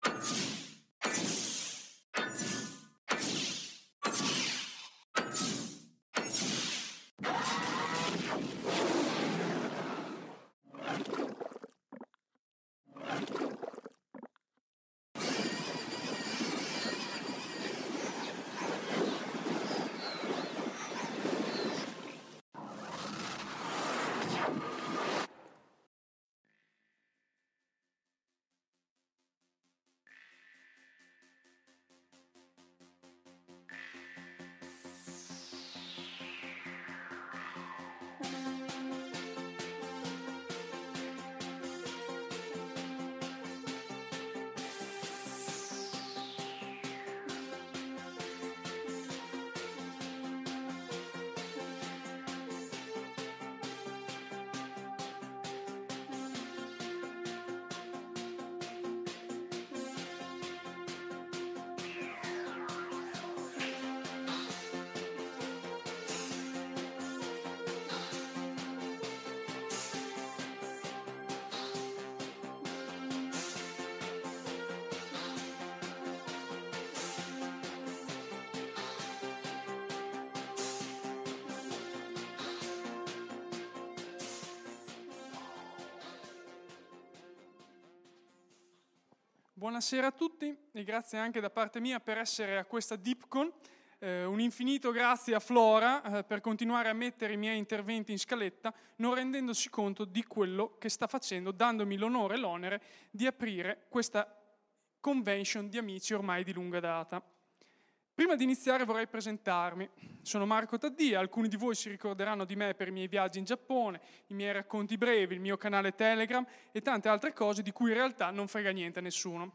Buonasera a tutti e grazie anche da parte mia per essere a questa DeepCon. Un infinito grazie a Flora per continuare a mettere i miei interventi in scaletta, non rendendosi conto di quello che sta facendo, dandomi l'onore e l'onere di aprire questa convention di amici ormai di lunga data. Prima di iniziare vorrei presentarmi. Sono Marco Taddia, alcuni di voi si ricorderanno di me per i miei viaggi in Giappone, i miei racconti brevi, il mio canale Telegram e tante altre cose di cui in realtà non frega niente a nessuno.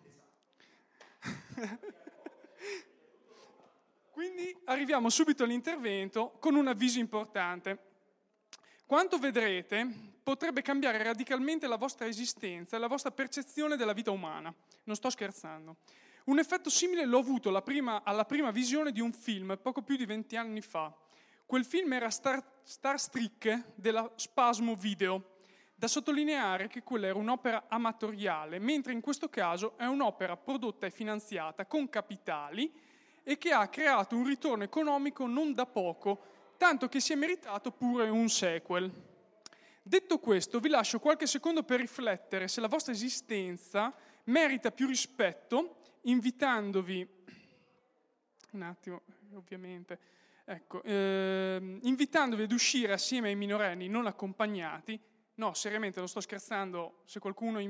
Quindi arriviamo subito all'intervento con un avviso importante. Quanto vedrete potrebbe cambiare radicalmente la vostra esistenza e la vostra percezione della vita umana. Non sto scherzando. Un effetto simile l'ho avuto alla prima visione di un film poco più di 20 anni fa. Quel film era Star Trek della Spasmo Video. Da sottolineare che quella era un'opera amatoriale, mentre in questo caso è un'opera prodotta e finanziata con capitali e che ha creato un ritorno economico non da poco, tanto che si è meritato pure un sequel. Detto questo, vi lascio qualche secondo per riflettere se la vostra esistenza merita più rispetto, invitandovi un attimo, ovviamente, invitandovi ad uscire assieme ai minorenni non accompagnati. No, seriamente, non sto scherzando. Se qualcuno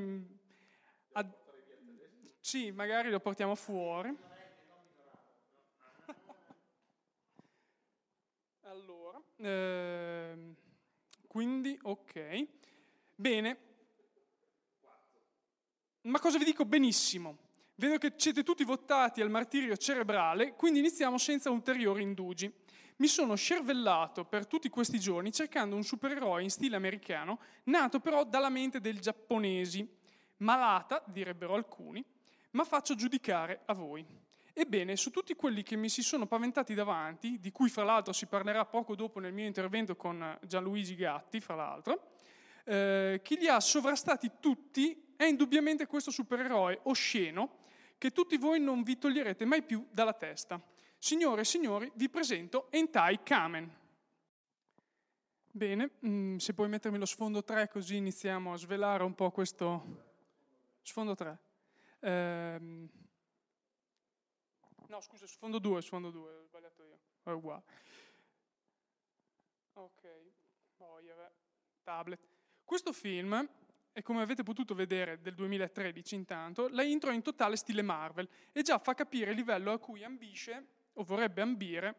sì, magari lo portiamo fuori. Allora, quindi, ok. Bene. Ma cosa vi dico? Benissimo. Vedo che siete tutti votati al martirio cerebrale, quindi iniziamo senza ulteriori indugi. Mi sono scervellato per tutti questi giorni cercando un supereroe in stile americano, nato però dalla mente dei giapponesi. Malata, direbbero alcuni, ma faccio giudicare a voi. Ebbene, su tutti quelli che mi si sono paventati davanti, di cui fra l'altro si parlerà poco dopo nel mio intervento con Gianluigi Gatti, fra l'altro, chi li ha sovrastati tutti è indubbiamente questo supereroe osceno che tutti voi non vi toglierete mai più dalla testa. Signore e signori, vi presento Hentai Kamen. Bene, se puoi mettermi lo sfondo 3 così iniziamo a svelare un po' questo... Sfondo 3. No, scusa, sfondo 2, ho sbagliato io. È uguale. Ok, tablet. Questo film, e come avete potuto vedere del 2013 intanto, la intro è in totale stile Marvel e già fa capire il livello a cui ambisce, o vorrebbe ambire,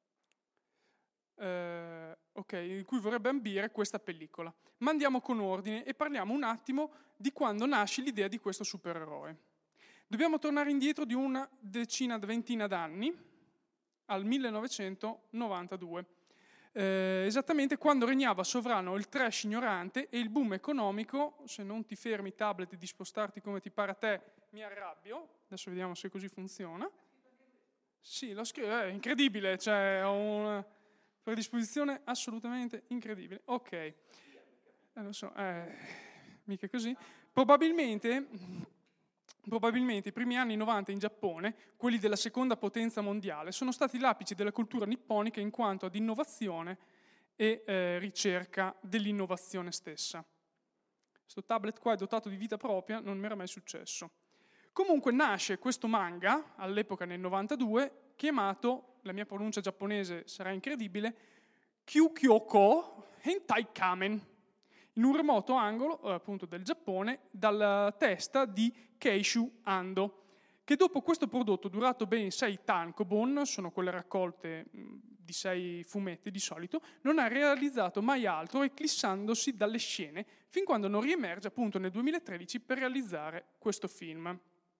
in cui vorrebbe ambire questa pellicola. Ma andiamo con ordine e parliamo un attimo di quando nasce l'idea di questo supereroe. Dobbiamo tornare indietro di una ventina d'anni, al 1992. Esattamente quando regnava sovrano il trash ignorante e il boom economico. Se non ti fermi tablet di spostarti come ti pare a te, mi arrabbio. Adesso vediamo se così funziona. Sì, lo scrivo, è incredibile, cioè ho una predisposizione assolutamente incredibile. Ok, lo so, mica così. Probabilmente Probabilmente i primi anni 90 in Giappone, quelli della seconda potenza mondiale, sono stati l'apice della cultura nipponica in quanto ad innovazione e ricerca dell'innovazione stessa. Questo tablet qua è dotato di vita propria, non mi era mai successo. Comunque nasce questo manga, all'epoca nel 92, chiamato, la mia pronuncia giapponese sarà incredibile, Kyukyoko Hentai Kamen, in un remoto angolo, appunto del Giappone, dalla testa di Keishu Ando, che dopo questo prodotto durato ben 6 tankobon, sono quelle raccolte di 6 fumetti di solito, non ha realizzato mai altro eclissandosi dalle scene, fin quando non riemerge appunto nel 2013 per realizzare questo film.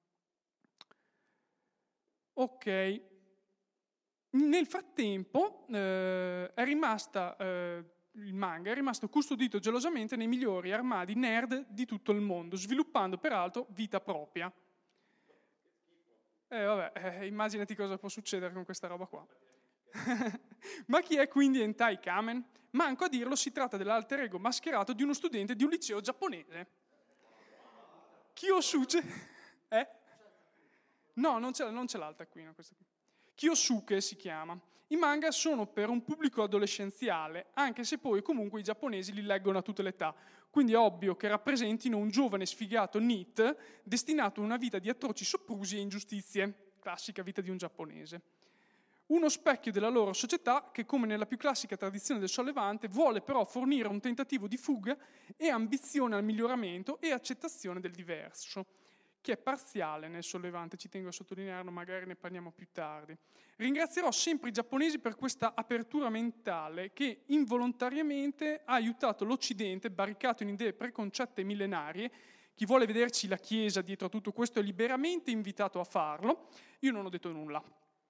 Ok, nel frattempo il manga è rimasto custodito gelosamente nei migliori armadi nerd di tutto il mondo, sviluppando peraltro vita propria. Immaginati cosa può succedere con questa roba qua. Ma chi è quindi Hentai Kamen? Manco a dirlo, si tratta dell'alter ego mascherato di uno studente di un liceo giapponese. Kyosuke? No, non c'è l'alta qui, no, questa qui. Kyosuke si chiama. I manga sono per un pubblico adolescenziale, anche se poi comunque i giapponesi li leggono a tutte le età, quindi è ovvio che rappresentino un giovane sfigato NEET destinato a una vita di atroci soprusi e ingiustizie, classica vita di un giapponese. Uno specchio della loro società che, come nella più classica tradizione del sollevante, vuole però fornire un tentativo di fuga e ambizione al miglioramento e accettazione del diverso, che è parziale nel sollevante, ci tengo a sottolinearlo, magari ne parliamo più tardi. Ringrazierò sempre i giapponesi per questa apertura mentale che involontariamente ha aiutato l'Occidente, barricato in idee preconcette e millenarie. Chi vuole vederci la Chiesa dietro a tutto questo è liberamente invitato a farlo. Io non ho detto nulla.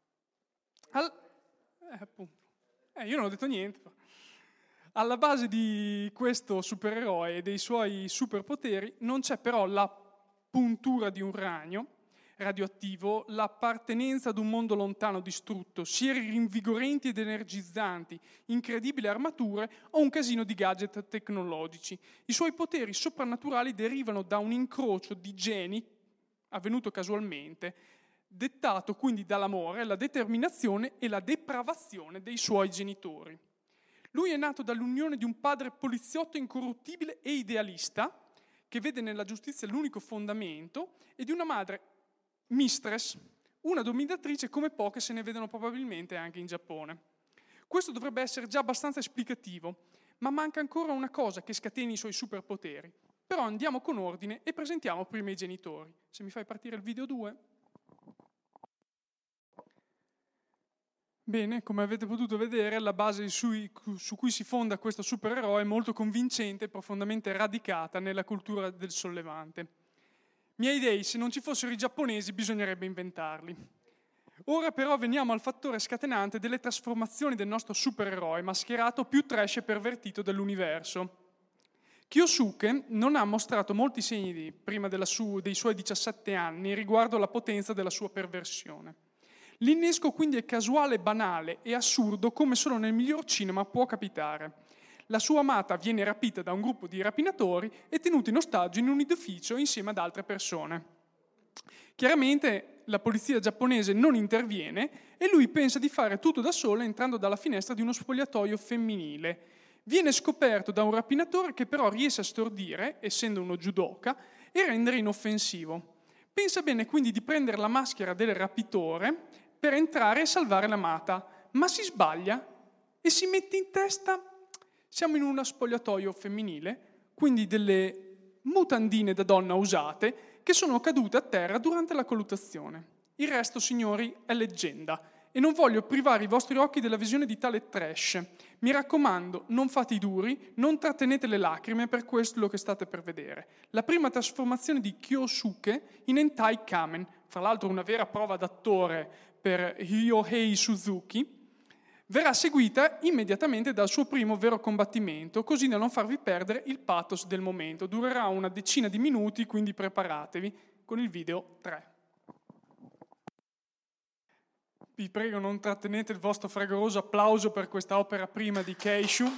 Io non ho detto niente. Alla base di questo supereroe e dei suoi superpoteri non c'è però la puntura di un ragno radioattivo, l'appartenenza ad un mondo lontano distrutto, sieri rinvigorenti ed energizzanti, incredibili armature o un casino di gadget tecnologici. I suoi poteri soprannaturali derivano da un incrocio di geni avvenuto casualmente, dettato quindi dall'amore, la determinazione e la depravazione dei suoi genitori. Lui è nato dall'unione di un padre poliziotto incorruttibile e idealista, che vede nella giustizia l'unico fondamento, e di una madre mistress, una dominatrice come poche se ne vedono probabilmente anche in Giappone. Questo dovrebbe essere già abbastanza esplicativo, ma manca ancora una cosa che scateni i suoi superpoteri. Però andiamo con ordine e presentiamo prima i genitori. Se mi fai partire il video 2. Bene, come avete potuto vedere, la base su cui si fonda questo supereroe è molto convincente e profondamente radicata nella cultura del sollevante. Miei dei, se non ci fossero i giapponesi bisognerebbe inventarli. Ora però veniamo al fattore scatenante delle trasformazioni del nostro supereroe mascherato più trash e pervertito dell'universo. Kyosuke non ha mostrato molti segni prima dei suoi 17 anni riguardo alla potenza della sua perversione. L'innesco quindi è casuale, banale e assurdo come solo nel miglior cinema può capitare. La sua amata viene rapita da un gruppo di rapinatori e tenuta in ostaggio in un edificio insieme ad altre persone. Chiaramente la polizia giapponese non interviene e lui pensa di fare tutto da solo entrando dalla finestra di uno spogliatoio femminile. Viene scoperto da un rapinatore che però riesce a stordire, essendo uno judoka, e rendere inoffensivo. Pensa bene quindi di prendere la maschera del rapitore per entrare e salvare l'amata, ma si sbaglia e si mette in testa: siamo in uno spogliatoio femminile, quindi delle mutandine da donna usate che sono cadute a terra durante la colluttazione. Il resto, signori, è leggenda e non voglio privare i vostri occhi della visione di tale trash. Mi raccomando, non fate i duri, non trattenete le lacrime per quello che state per vedere. La prima trasformazione di Kyosuke in Hentai Kamen, fra l'altro una vera prova d'attore per Ryohei Suzuki, verrà seguita immediatamente dal suo primo vero combattimento, così da non farvi perdere il pathos del momento. Durerà una decina di minuti, quindi preparatevi con il video 3. Vi prego, non trattenete il vostro fragoroso applauso per questa opera prima di Keishu.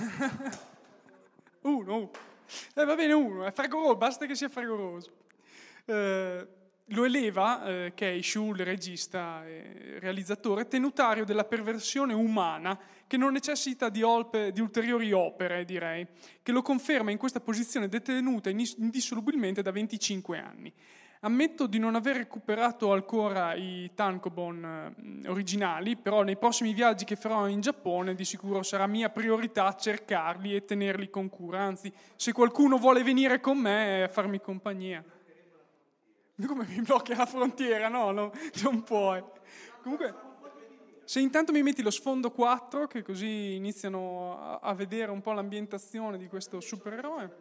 Uno. Va bene uno, è fragoroso, basta che sia fragoroso. Lo eleva Keishu, il regista e realizzatore, tenutario della perversione umana che non necessita di ulteriori opere, direi, che lo conferma in questa posizione detenuta indissolubilmente da 25 anni. Ammetto di non aver recuperato ancora i tankobon originali, però nei prossimi viaggi che farò in Giappone di sicuro sarà mia priorità cercarli e tenerli con cura. Anzi, se qualcuno vuole venire con me a farmi compagnia. Come mi blocchi alla frontiera? No, non puoi. Comunque, se intanto mi metti lo sfondo 4, che così iniziano a vedere un po' l'ambientazione di questo supereroe.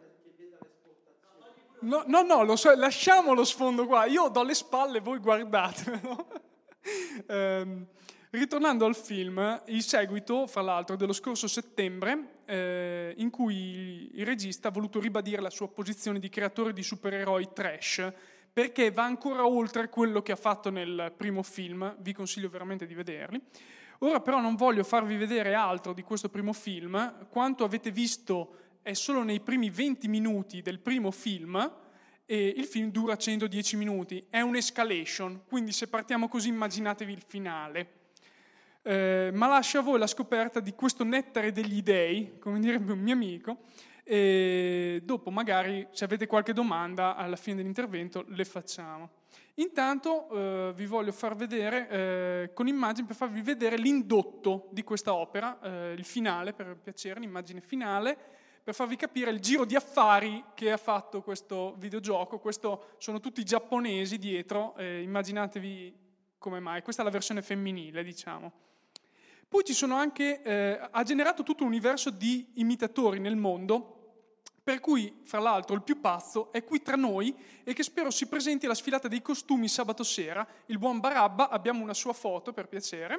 No, lasciamo lo sfondo qua. Io do le spalle, voi guardatelo. Ritornando al film, il seguito, fra l'altro, dello scorso settembre, in cui il regista ha voluto ribadire la sua posizione di creatore di supereroi trash, perché va ancora oltre quello che ha fatto nel primo film, vi consiglio veramente di vederli. Ora però non voglio farvi vedere altro di questo primo film, quanto avete visto è solo nei primi 20 minuti del primo film, e il film dura 110 minuti, è un'escalation, quindi se partiamo così immaginatevi il finale. Ma lascio a voi la scoperta di questo nettare degli dei, come direbbe un mio amico, e dopo magari se avete qualche domanda alla fine dell'intervento le facciamo. Intanto vi voglio far vedere con immagini, per farvi vedere l'indotto di questa opera, il finale, per piacere, l'immagine finale, per farvi capire il giro di affari che ha fatto questo videogioco. Questo sono tutti giapponesi dietro, immaginatevi come mai. Questa è la versione femminile, diciamo. Poi ci sono anche, ha generato tutto un universo di imitatori nel mondo, per cui, fra l'altro, il più pazzo è qui tra noi e che spero si presenti alla sfilata dei costumi sabato sera, il buon Barabba. Abbiamo una sua foto, per piacere.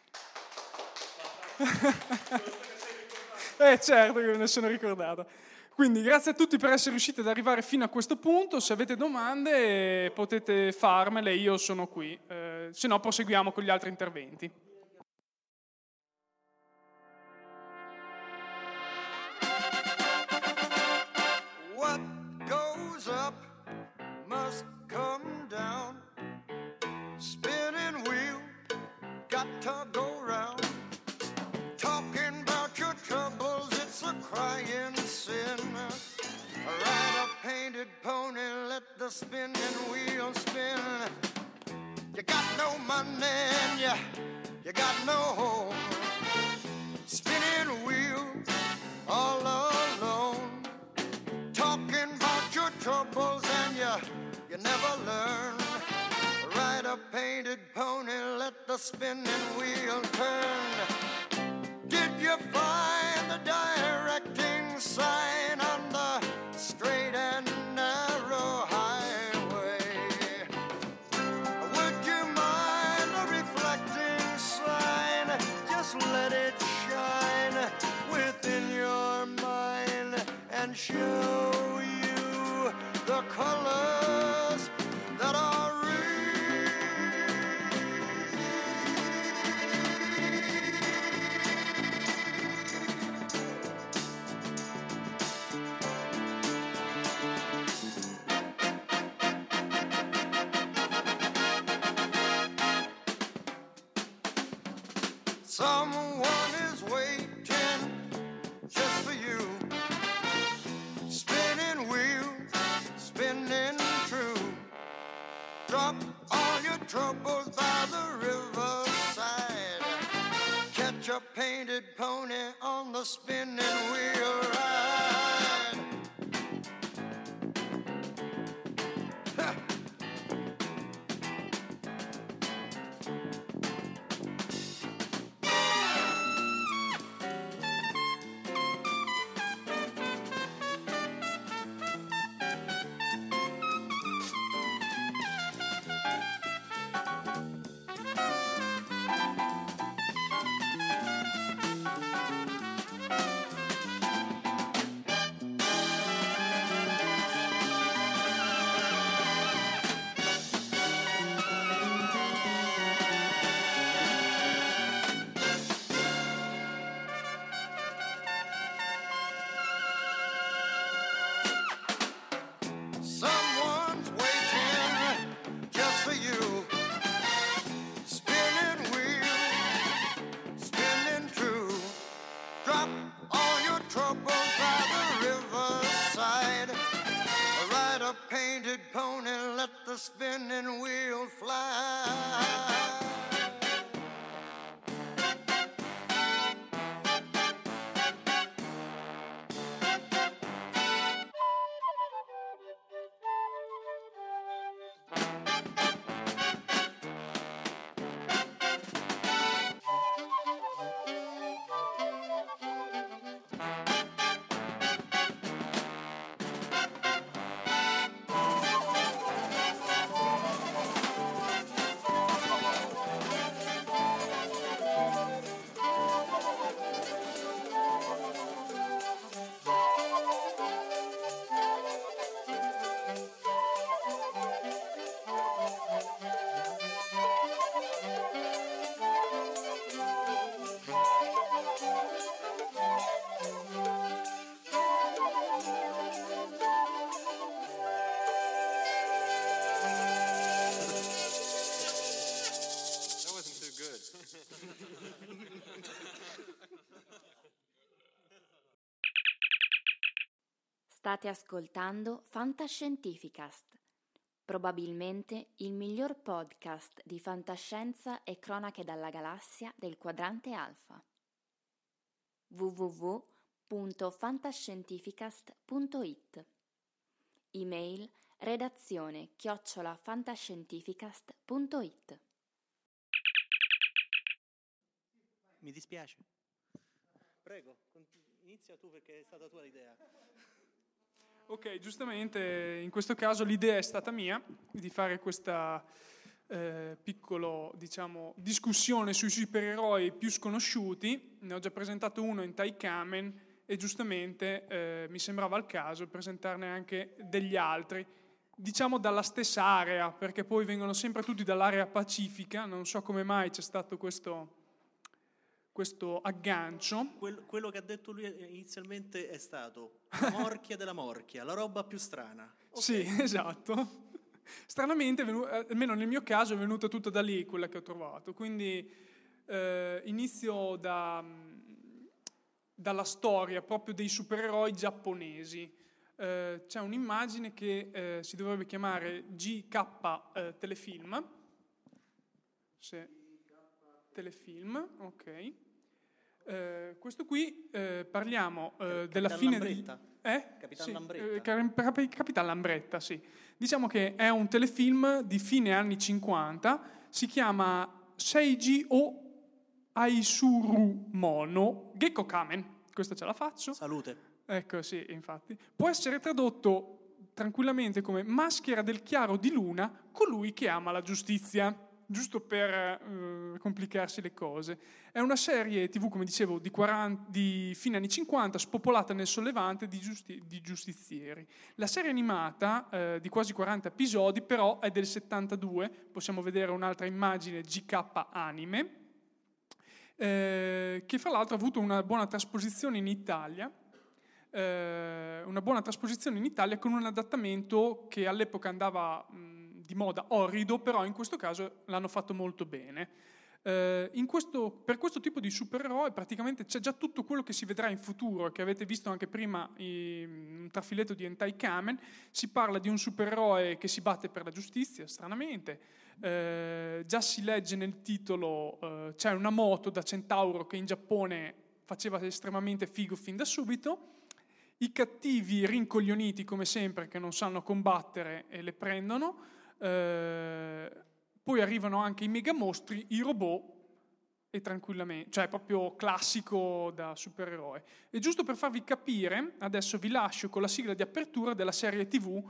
Certo che me ne sono ricordato. Quindi grazie a tutti per essere riusciti ad arrivare fino a questo punto. Se avete domande potete farmele, io sono qui. Se no proseguiamo con gli altri interventi. What goes up must come down. Spinning wheel, got to go round. Talking about your troubles, it's a crying sin. Ride a painted pony, let the spinning wheel spin. You got no money and you got no home. Spinning wheel, all alone. Talking about your troubles and you never learn. Ride a painted pony, let the spinning wheel turn. Did you find the directing sign on the straight and narrow highway? Would you mind a reflecting sign? Just let it shine within your mind and show you the colors that are real. Someone is waiting just for you. Spinning wheel, spinning true. Drop all your troubles by the riverside. Catch a painted pony on the spinning wheel ride. Ha! let the spinning wheel fly. State ascoltando Fantascientificast, probabilmente il miglior podcast di fantascienza e cronache dalla galassia del quadrante alfa. www.fantascientificast.it. Email redazione@fantascientificast.it. Mi dispiace. Prego, inizia tu perché è stata tua l'idea. Ok, giustamente in questo caso l'idea è stata mia di fare questa piccola, discussione sui supereroi più sconosciuti. Ne ho già presentato uno in Tai Kamen e giustamente mi sembrava il caso presentarne anche degli altri, dalla stessa area, perché poi vengono sempre tutti dall'area pacifica. Non so come mai c'è stato questo aggancio. Quello che ha detto lui inizialmente è stato la morchia della morchia, la roba più strana. Okay. Sì, esatto. Stranamente, almeno nel mio caso, è venuta tutta da lì quella che ho trovato. Quindi inizio dalla storia proprio dei supereroi giapponesi. C'è un'immagine che si dovrebbe chiamare GK Telefilm. Telefilm, ok. Questo qui parliamo della fine Capitan Lambretta. Capitan Lambretta, sì. Diciamo che è un telefilm di fine anni 50, si chiama Seiji o Aisuru Mono Gekko Kamen. Questa ce la faccio. Salute. Ecco, sì, infatti. Può essere tradotto tranquillamente come Maschera del chiaro di luna, colui che ama la giustizia. Giusto per complicarsi le cose. È una serie TV, come dicevo, di fine anni 50, spopolata nel sollevante di giustizieri. La serie animata, di quasi 40 episodi, però è del 72. Possiamo vedere un'altra immagine GK Anime, che fra l'altro ha avuto una buona trasposizione in Italia. Con un adattamento che all'epoca andava di moda orrido, però in questo caso l'hanno fatto molto bene. Per questo tipo di supereroi praticamente c'è già tutto quello che si vedrà in futuro, che avete visto anche prima in un trafiletto di Hentai Kamen. Si parla di un supereroe che si batte per la giustizia, stranamente. Già si legge nel titolo, c'è una moto da centauro che in Giappone faceva estremamente figo fin da subito. I cattivi rincoglioniti, come sempre, che non sanno combattere e le prendono. Poi arrivano anche i megamostri, i robot, e tranquillamente, cioè proprio classico da supereroe. E giusto per farvi capire, adesso vi lascio con la sigla di apertura della serie TV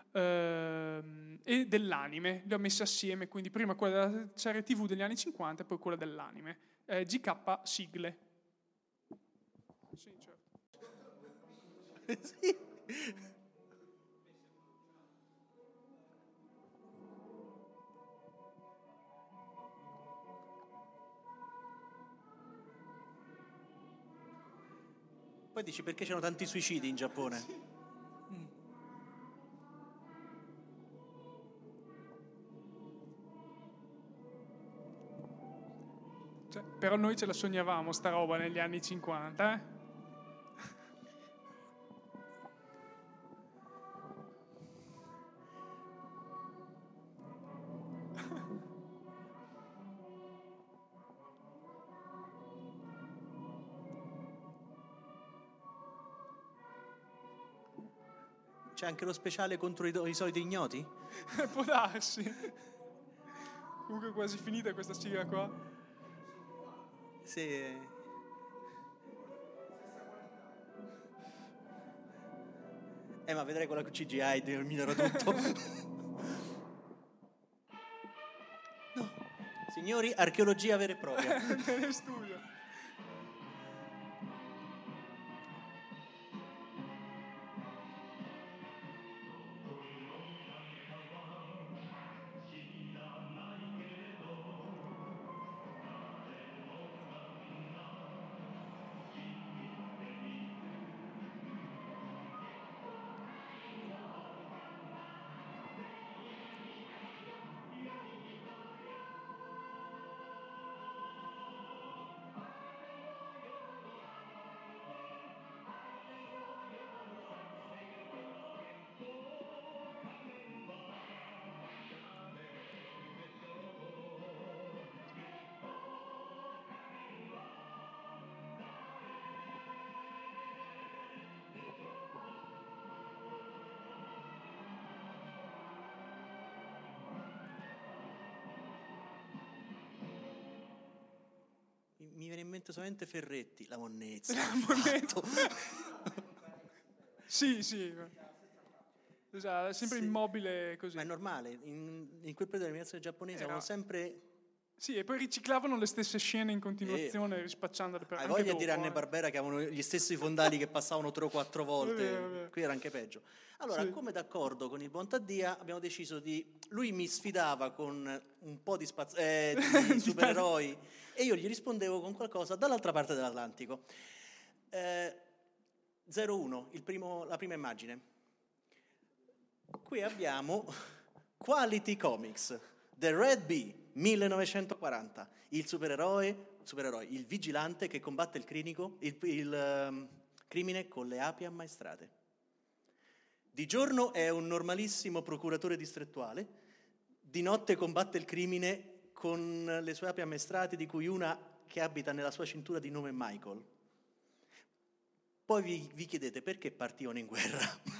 e dell'anime. Le ho messe assieme, quindi prima quella della serie TV degli anni 50 e poi quella dell'anime. GK sigle. Sì, certo. Sì. Poi dici perché c'erano tanti suicidi in Giappone? Sì. Cioè, però noi ce la sognavamo sta roba negli anni 50, eh? C'è anche lo speciale contro i soliti ignoti? Può darsi. Comunque è quasi finita questa sigla qua. Sì. Ma vedrei con la CGI migliora tutto. No. Signori, archeologia vera e propria. Nel studio. Mi viene in mente solamente Ferretti, la monnezza. Sì. Esatto, sempre Sì. immobile così. Ma è normale, in quel periodo dell'animazione giapponese avevano sempre... Sì, e poi riciclavano le stesse scene in continuazione, rispacciandole per Hai anche voglia dopo, di Hanna Barbera che avevano gli stessi fondali che passavano 3 o 4 volte, È vero. qui era anche peggio. Allora, Sì. come d'accordo con il Bontaddia, abbiamo deciso lui mi sfidava con un po' di supereroi e io gli rispondevo con qualcosa dall'altra parte dell'Atlantico. 01, la prima immagine. Qui abbiamo Quality Comics, The Red Bee, 1940, il supereroe, il vigilante che combatte il crimine con le api ammaestrate. Di giorno è un normalissimo procuratore distrettuale, di notte combatte il crimine con le sue api ammaestrate, di cui una che abita nella sua cintura di nome Michael. Poi vi chiedete perché partivano in guerra.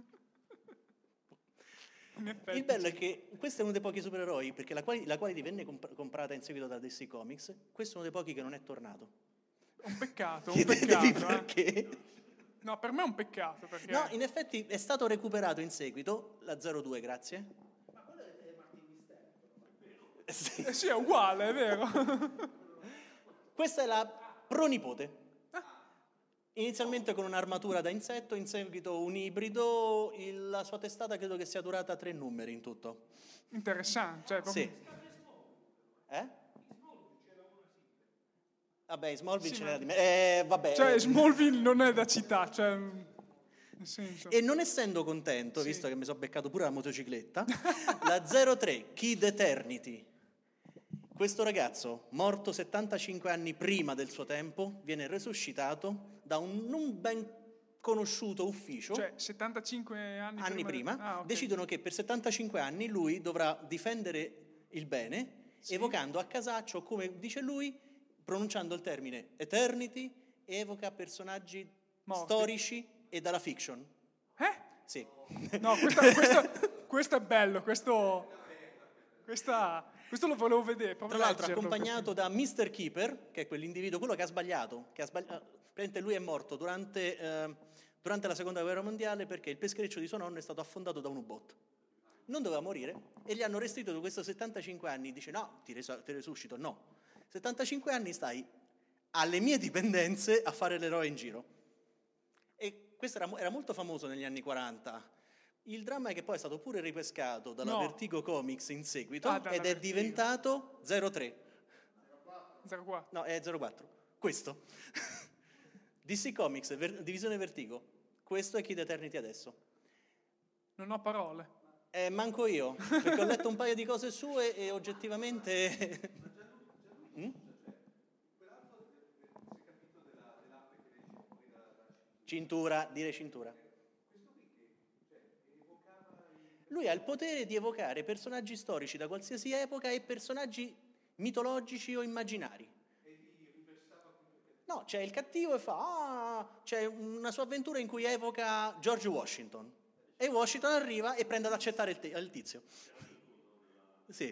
Il bello è che questo è uno dei pochi supereroi, perché la quale divenne comprata in seguito da DC Comics, questo è uno dei pochi che non è tornato. Un peccato, Chiedetevi perché. No, per me è un peccato. Perché... No, in effetti è stato recuperato in seguito, la 02, grazie. Ma quello è Martin Mister. Sì, è uguale, è vero. Questa è la pronipote. Inizialmente con un'armatura da insetto, in seguito un ibrido, la sua testata credo che sia durata 3 numeri in tutto. Interessante. Cioè, proprio... Sì. Vabbè, Smallville ce n'era di me. Vabbè. Cioè, Smallville non è da città, cioè... Nel senso. E non essendo contento, visto che mi sono beccato pure la motocicletta, la 03, Kid Eternity. Questo ragazzo, morto 75 anni prima del suo tempo, viene resuscitato da un non ben conosciuto ufficio. Cioè, 75 anni prima. Ah, okay. Decidono che per 75 anni lui dovrà difendere il bene, evocando a casaccio, come dice lui, pronunciando il termine Eternity, evoca personaggi storici e dalla fiction. Sì. No, questo è bello, questo lo volevo vedere. Tra l'altro accompagnato da Mr. Keeper, che è quell'individuo, quello che ha sbagliato. Praticamente lui è morto durante la seconda guerra mondiale perché il peschereccio di suo nonno è stato affondato da un U-boot. Non doveva morire e gli hanno restituito questo 75 anni. Dice no, ti resuscito. No, 75 anni stai alle mie dipendenze a fare l'eroe in giro. E questo era molto famoso negli anni 40. Il dramma è che poi è stato pure ripescato dalla Vertigo Comics in seguito ed è diventato 03. 04. No, è 04. Questo. DC Comics, divisione Vertigo. Questo è Kid Eternity adesso. Non ho parole. Manco io, perché ho letto un paio di cose sue e oggettivamente... Cintura, dire cintura. Lui ha il potere di evocare personaggi storici da qualsiasi epoca e personaggi mitologici o immaginari. No, c'è il cattivo e c'è una sua avventura in cui evoca George Washington. E Washington arriva e prende ad accettare il tizio. Sì.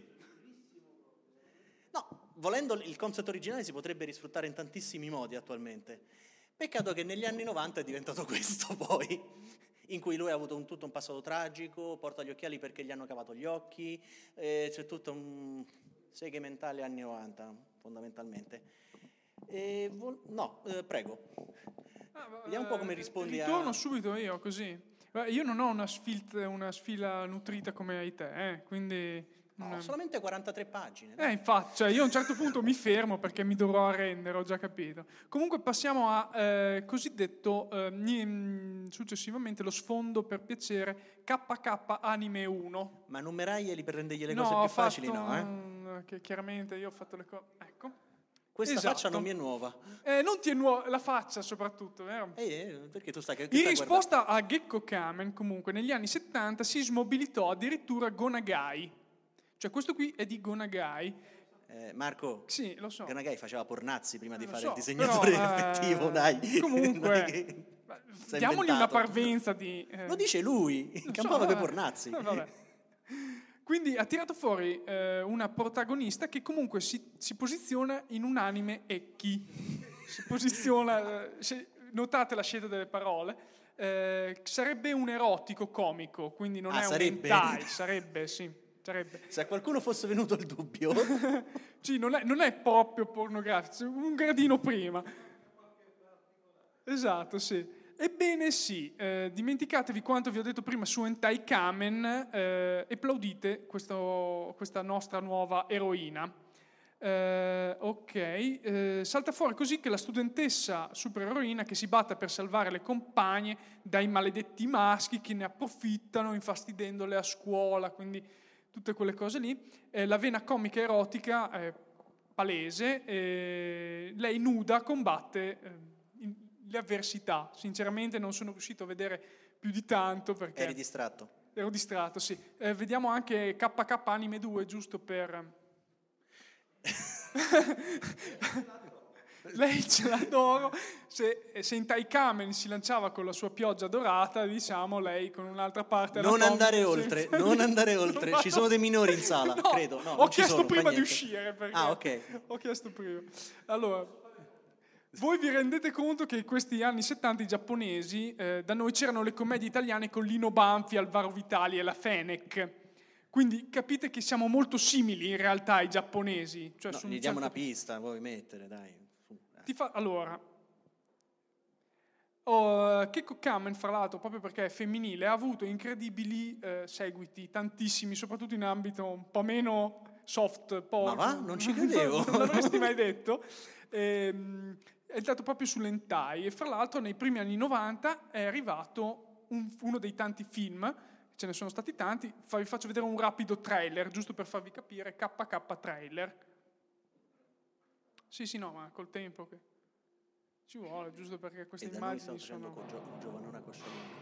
No, volendo il concept originale si potrebbe risfruttare in tantissimi modi attualmente. Peccato che negli anni 90 è diventato questo poi, in cui lui ha avuto tutto un passato tragico, porta gli occhiali perché gli hanno cavato gli occhi, c'è tutto un seghe mentale anni 90 fondamentalmente. Prego. Vediamo un po' come rispondi Ritorno subito io, così. Io non ho una sfila nutrita come hai te, quindi... No, solamente 43 pagine. Infatti, io a un certo punto mi fermo perché mi dovrò arrendere, ho già capito. Comunque passiamo a cosiddetto, successivamente, lo sfondo per piacere KK Anime 1. Ma numeraieli per rendergli le cose più facili, no? Che chiaramente io ho fatto le cose... Ecco. Questa faccia non mi è nuova. Non ti è nuova, la faccia soprattutto, vero? Perché tu stai In risposta a Gekko Kamen, comunque, negli anni 70 si smobilitò addirittura Gonagai. Cioè questo qui è di Gonagai. Marco, sì, lo so. Gonagai faceva pornazzi prima di fare il disegnatore effettivo, dai. Comunque, diamogli una parvenza di... Lo dice lui, campava coi pornazzi. Vabbè. Quindi ha tirato fuori una protagonista che comunque si posiziona in un anime ecchi. Si posiziona, notate la scelta delle parole, sarebbe un erotico comico, quindi non è un hentai, sarebbe, sì. Sarebbe. Se a qualcuno fosse venuto il dubbio. Sì, non è proprio pornografico, un gradino prima. Esatto, sì. Ebbene sì, dimenticatevi quanto vi ho detto prima su Hentai Kamen e applaudite questa nostra nuova eroina. Salta fuori così che la studentessa supereroina che si batte per salvare le compagne dai maledetti maschi che ne approfittano infastidendole a scuola, quindi tutte quelle cose lì. La vena comica erotica palese, lei nuda combatte le avversità. Sinceramente non sono riuscito a vedere più di tanto perché... Eri distratto. Ero distratto, sì. Vediamo anche KK Anime 2, giusto per... Lei ce l'adoro. Se in Taikamen si lanciava con la sua pioggia dorata, diciamo, lei con un'altra parte... Non andare oltre, non andare oltre. Ci sono dei minori in sala, no, credo. No, ho chiesto prima di uscire. Perché ok. Ho chiesto prima. Allora... Voi vi rendete conto che in questi anni 70 i giapponesi, da noi c'erano le commedie italiane con Lino Banfi, Alvaro Vitali e la Fenech. Quindi capite che siamo molto simili in realtà ai giapponesi. Cioè, gli diamo una pista, vuoi mettere, dai. Allora, Gekko Kamen, fra l'altro, proprio perché è femminile, ha avuto incredibili seguiti, tantissimi, soprattutto in ambito un po' meno soft porn. Ma va? Non ci credevo. Non l'avresti mai detto. È stato proprio sull'hentai e fra l'altro nei primi anni 90 è arrivato uno dei tanti film, ce ne sono stati tanti, vi faccio vedere un rapido trailer giusto per farvi capire, KK trailer. Sì, no, ma col tempo che ci vuole, giusto perché queste immagini sono... Con Giovanona Cosciolino.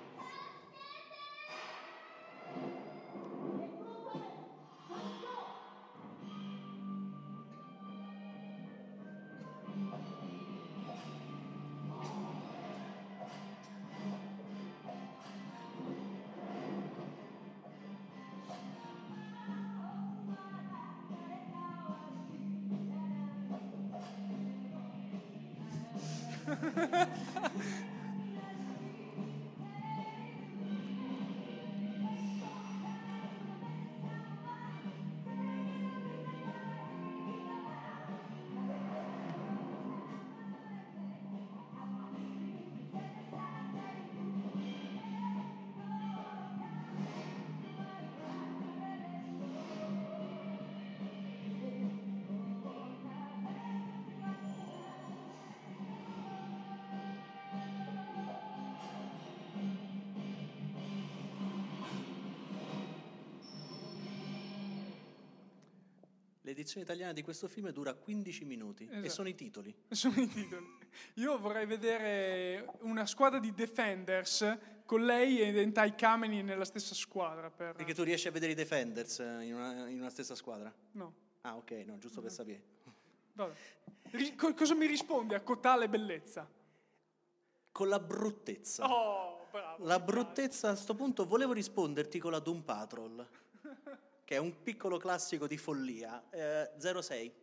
L'edizione italiana di questo film dura 15 minuti, esatto. E sono i titoli. Sono i titoli. Io vorrei vedere una squadra di Defenders con lei e Hentai Kamen nella stessa squadra. Perché tu riesci a vedere i Defenders in una stessa squadra? No. Ah, ok, no, giusto per sapere. Vabbè. Cosa mi rispondi a cotale bellezza? Con la bruttezza. Oh, bravo. La bruttezza a sto punto, volevo risponderti con la Doom Patrol, che è un piccolo classico di follia, 06.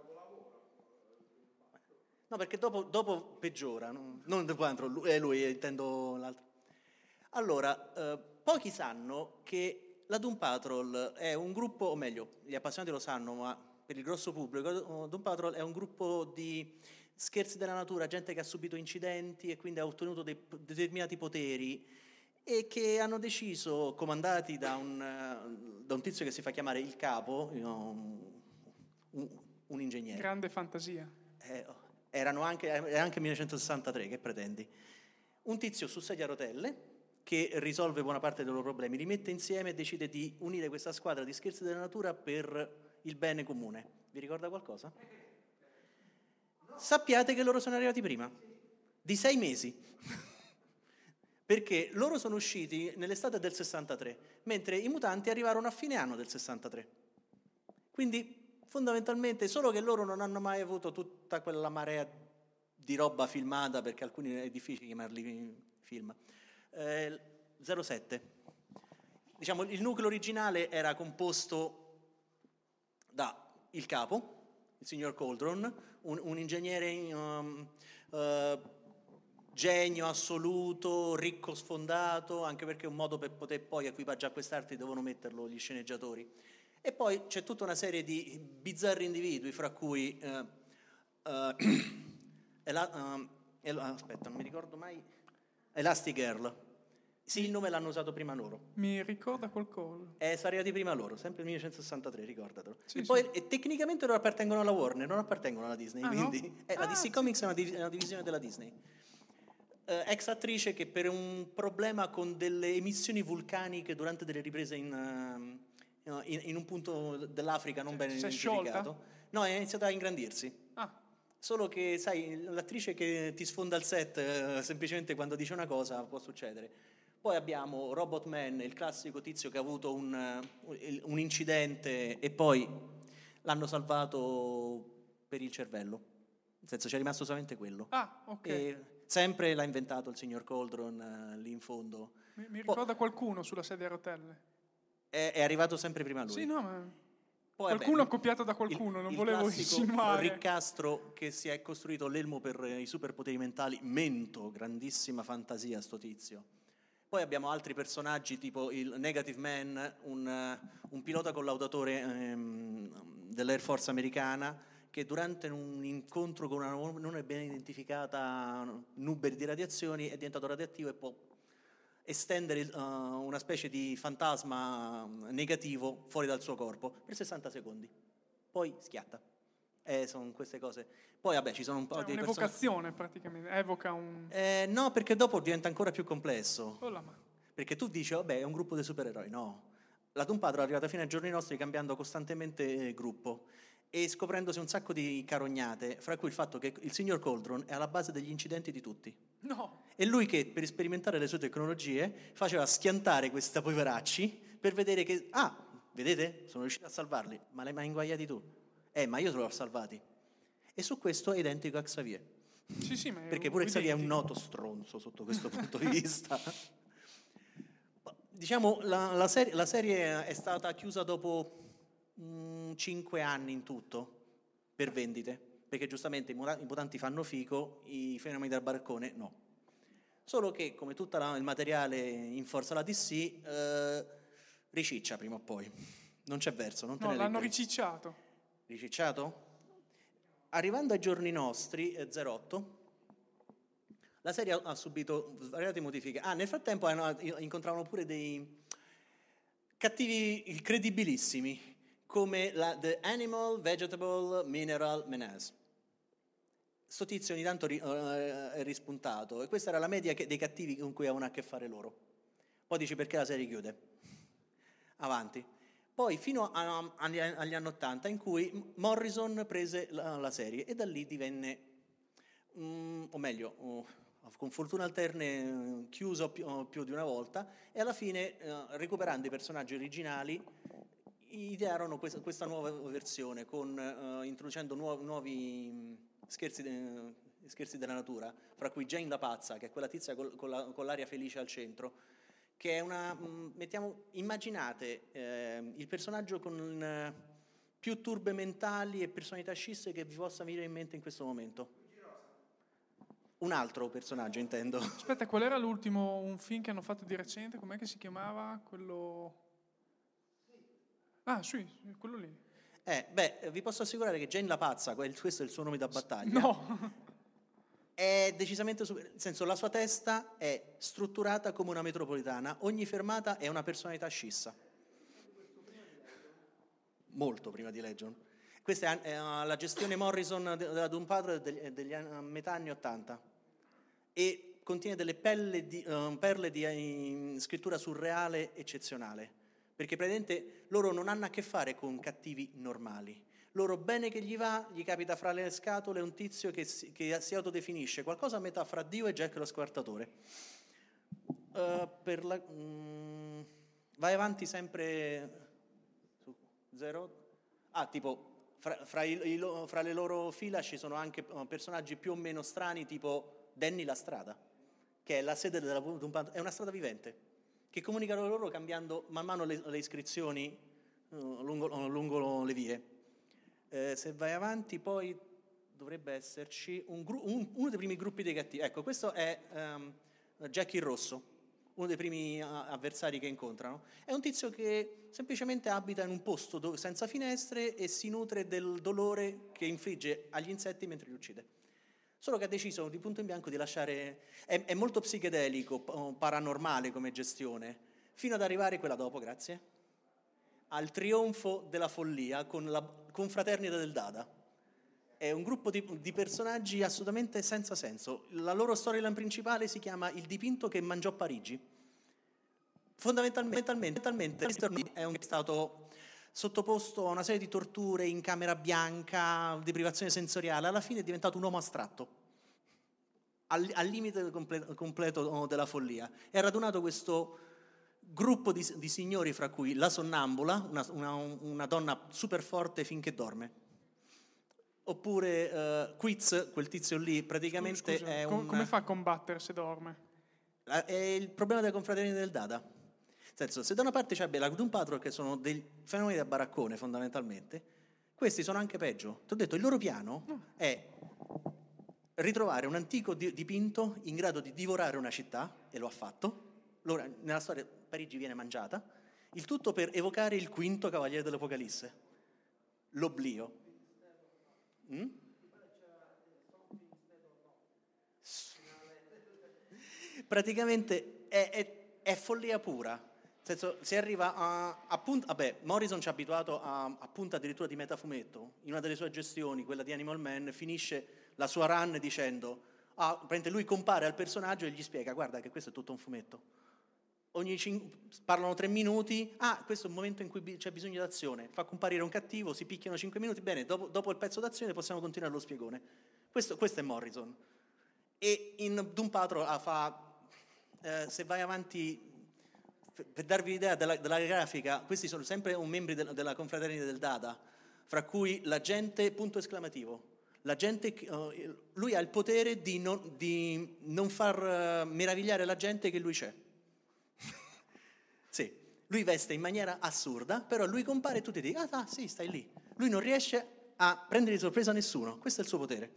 No, perché dopo peggiora, non Doom Patrol, lui, intendo l'altro. Allora, pochi sanno che la Doom Patrol è un gruppo, o meglio, gli appassionati lo sanno, ma per il grosso pubblico, Doom Patrol è un gruppo di scherzi della natura, gente che ha subito incidenti e quindi ha ottenuto dei determinati poteri e che hanno deciso, comandati da un tizio che si fa chiamare il capo, un ingegnere. Grande fantasia. Era anche 1963, che pretendi? Un tizio su sedia a rotelle che risolve buona parte dei loro problemi, li mette insieme e decide di unire questa squadra di scherzi della natura per il bene comune. Vi ricorda qualcosa? Sappiate che loro sono arrivati prima, di 6 mesi, perché loro sono usciti nell'estate del 63, mentre i mutanti arrivarono a fine anno del 63. Quindi fondamentalmente solo che loro non hanno mai avuto tutta quella marea di roba filmata, perché alcuni è difficile chiamarli film. 07. Diciamo, il nucleo originale era composto da il capo, il signor Cauldron, un ingegnere genio assoluto, ricco sfondato, anche perché è un modo per poter poi equipaggiare quest'arte devono metterlo gli sceneggiatori. E poi c'è tutta una serie di bizzarri individui, fra cui aspetta, non mi ricordo mai, Elastigirl. Sì, il nome l'hanno usato prima loro. Mi ricorda qualcosa. Sono arrivati prima loro, sempre nel 1963, ricordatelo. Sì, e poi sì. E tecnicamente loro appartengono alla Warner, non appartengono alla Disney. Ah, Quindi no? la DC Comics è una divisione della Disney. Ex attrice che per un problema con delle emissioni vulcaniche durante delle riprese in un punto dell'Africa non ben Si è identificato. sciolta? No, è iniziata a ingrandirsi. Ah, Solo che, sai, l'attrice che ti sfonda il set semplicemente quando dice una cosa può succedere. Poi abbiamo Robot Man, il classico tizio che ha avuto un incidente e poi l'hanno salvato per il cervello. Nel senso, c'è rimasto solamente quello. ah, ok. E sempre l'ha inventato il signor Cauldron lì in fondo. Mi ricorda qualcuno sulla sedia a rotelle. È arrivato sempre prima lui. Sì, no, ma Poi, qualcuno vabbè, accoppiato da qualcuno, non il volevo classico insinuare. riccastro che si è costruito l'elmo per i superpoteri mentali, Mento, grandissima fantasia sto tizio. Poi abbiamo altri personaggi tipo il Negative Man, un pilota collaudatore dell'Air Force americana che durante un incontro con una non ben identificata nube di radiazioni è diventato radioattivo e può estendere una specie di fantasma negativo fuori dal suo corpo per 60 secondi. Poi schiatta. Sono queste cose. Poi vabbè, ci sono un po' Cioè, di un'evocazione praticamente, evoca un... no, perché dopo diventa ancora più complesso. Oh la ma- Perché tu dici, vabbè, è un gruppo di supereroi. No. La Doom Patrol è arrivata fino ai giorni nostri cambiando costantemente gruppo e scoprendosi un sacco di carognate, fra cui il fatto che il signor Cauldron è alla base degli incidenti di tutti. No, E lui che, per sperimentare le sue tecnologie, faceva schiantare questi poveracci per vedere che, vedete, sono riuscito a salvarli, ma li hai mai inguaiati tu? Ma io te li ho salvati. E su questo è identico a Xavier. sì, ma è Perché pure Xavier è un identico. noto stronzo sotto questo punto di vista. Diciamo, la serie è stata chiusa dopo 5 anni in tutto, per vendite, perché giustamente i mutanti fanno fico, i fenomeni del baraccone no. Solo che, come tutto il materiale in forza alla DC, riciccia prima o poi. Non c'è verso, non te No, ne l'hanno liberi. ricicciato. Ricicciato? Arrivando ai giorni nostri, 08, la serie ha subito svariate modifiche. Nel frattempo incontravano pure dei cattivi credibilissimi, come la The Animal, Vegetable, Mineral Menace. Sto tizio ogni tanto è rispuntato, e questa era la media dei cattivi con cui avevano a che fare loro. Poi dici perché la serie chiude. Avanti. Poi fino agli anni 80, in cui Morrison prese la serie e da lì divenne, o meglio, con fortuna alterne, chiuso più di una volta, e alla fine, recuperando i personaggi originali, idearono questa nuova versione, introducendo nuovi scherzi Scherzi della natura, fra cui Jane la pazza, che è quella tizia con l'aria felice al centro, che è immaginate il personaggio con più turbe mentali e personalità scisse che vi possa venire in mente in questo momento. Un altro personaggio, intendo. Aspetta, qual era l'ultimo, un film che hanno fatto di recente? Com'è che si chiamava? Quello... Ah, sì, quello lì. Vi posso assicurare che Jane la pazza, questo è il suo nome da battaglia. No. È decisamente nel senso, la sua testa è strutturata come una metropolitana, ogni fermata è una personalità scissa. Molto prima di Legend. Questa è la gestione Morrison della Doom Patrol degli metà anni 80 e contiene delle perle di scrittura surreale eccezionale, perché praticamente loro non hanno a che fare con cattivi normali. Loro, bene che gli va, gli capita fra le scatole un tizio che si autodefinisce qualcosa a metà fra Dio e Jack lo Squartatore. Vai avanti sempre su zero. Tipo fra le loro fila ci sono anche personaggi più o meno strani, tipo Danny la strada, che è la sede della è una strada vivente che comunica loro cambiando man mano le iscrizioni lungo le vie. Se vai avanti poi dovrebbe esserci uno dei primi gruppi dei cattivi. Ecco, questo è Jack il Rosso, uno dei primi avversari che incontrano. È un tizio che semplicemente abita in un posto senza finestre e si nutre del dolore che infligge agli insetti mentre li uccide. Solo che ha deciso di punto in bianco di lasciare... È molto psichedelico, paranormale come gestione, fino ad arrivare, quella dopo, grazie, al trionfo della follia con la confraternita del Dada. È un gruppo di personaggi assolutamente senza senso. La loro storyline principale si chiama Il dipinto che mangiò Parigi. Fondamentalmente Mr. Nobody è stato sottoposto a una serie di torture in camera bianca, di privazione sensoriale. Alla fine è diventato un uomo astratto, al limite completo della follia. E ha radunato questo gruppo di signori, fra cui la sonnambula, una donna super forte finché dorme. Oppure Quiz, quel tizio lì, praticamente Scusa, è come fa a combattere se dorme? È il problema della confraternita del Dada. Nel senso, se da una parte c'è la Doom Patrol, che sono dei fenomeni da baraccone fondamentalmente, questi sono anche peggio. Ti ho detto, il loro piano è ritrovare un antico dipinto in grado di divorare una città, e lo ha fatto. Nella storia Parigi viene mangiata, il tutto per evocare il quinto cavaliere dell'Apocalisse, l'oblio. Praticamente è follia pura. Nel senso, si arriva a punta. Vabbè, Morrison ci ha abituato a punta addirittura di metafumetto. In una delle sue gestioni, quella di Animal Man, finisce la sua run dicendo: lui compare al personaggio e gli spiega: guarda che questo è tutto un fumetto. Parlano 3 minuti, questo è un momento in cui c'è bisogno d'azione, fa comparire un cattivo, si picchiano 5 minuti, bene, dopo il pezzo d'azione possiamo continuare lo spiegone. Questo è Morrison. E in Doom Patrol se vai avanti, per darvi l'idea della grafica, questi sono sempre membri della confraternita del Dada, fra cui la gente, punto esclamativo, la gente, lui ha il potere di non far meravigliare la gente che lui c'è. Sì, lui veste in maniera assurda, però lui compare e tutti dicono: sì, stai lì. Lui non riesce a prendere di sorpresa nessuno, questo è il suo potere.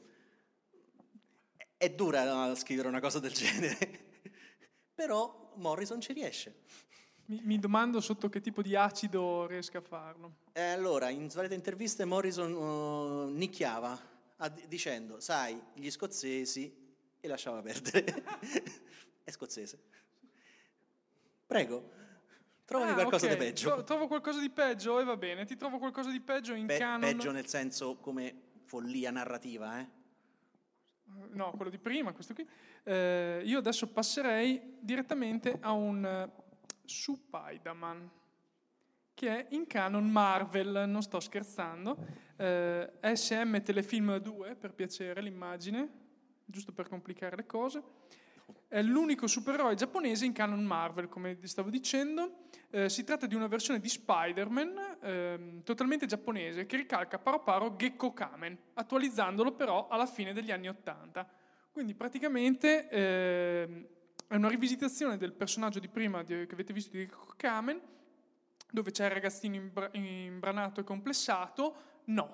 È dura scrivere una cosa del genere, però Morrison ci riesce. Mi domando sotto che tipo di acido riesca a farlo. Allora, in svariate interviste Morrison nicchiava dicendo: sai, gli scozzesi, e lasciava perdere. È scozzese. Prego. Trovami qualcosa di peggio. Trovo qualcosa di peggio e va bene, ti trovo qualcosa di peggio in canon. Peggio nel senso come follia narrativa, No, quello di prima, questo qui. Io adesso passerei direttamente a un Spider-Man, che è in canon Marvel, non sto scherzando. SM Telefilm 2, per piacere, l'immagine, giusto per complicare le cose. È l'unico supereroe giapponese in canon Marvel, come vi stavo dicendo. Si tratta di una versione di Spider-Man totalmente giapponese, che ricalca paro paro Gekko Kamen, attualizzandolo però alla fine degli anni '80. Quindi praticamente è una rivisitazione del personaggio di prima che avete visto di Kamen, dove c'è il ragazzino imbranato e complessato. No,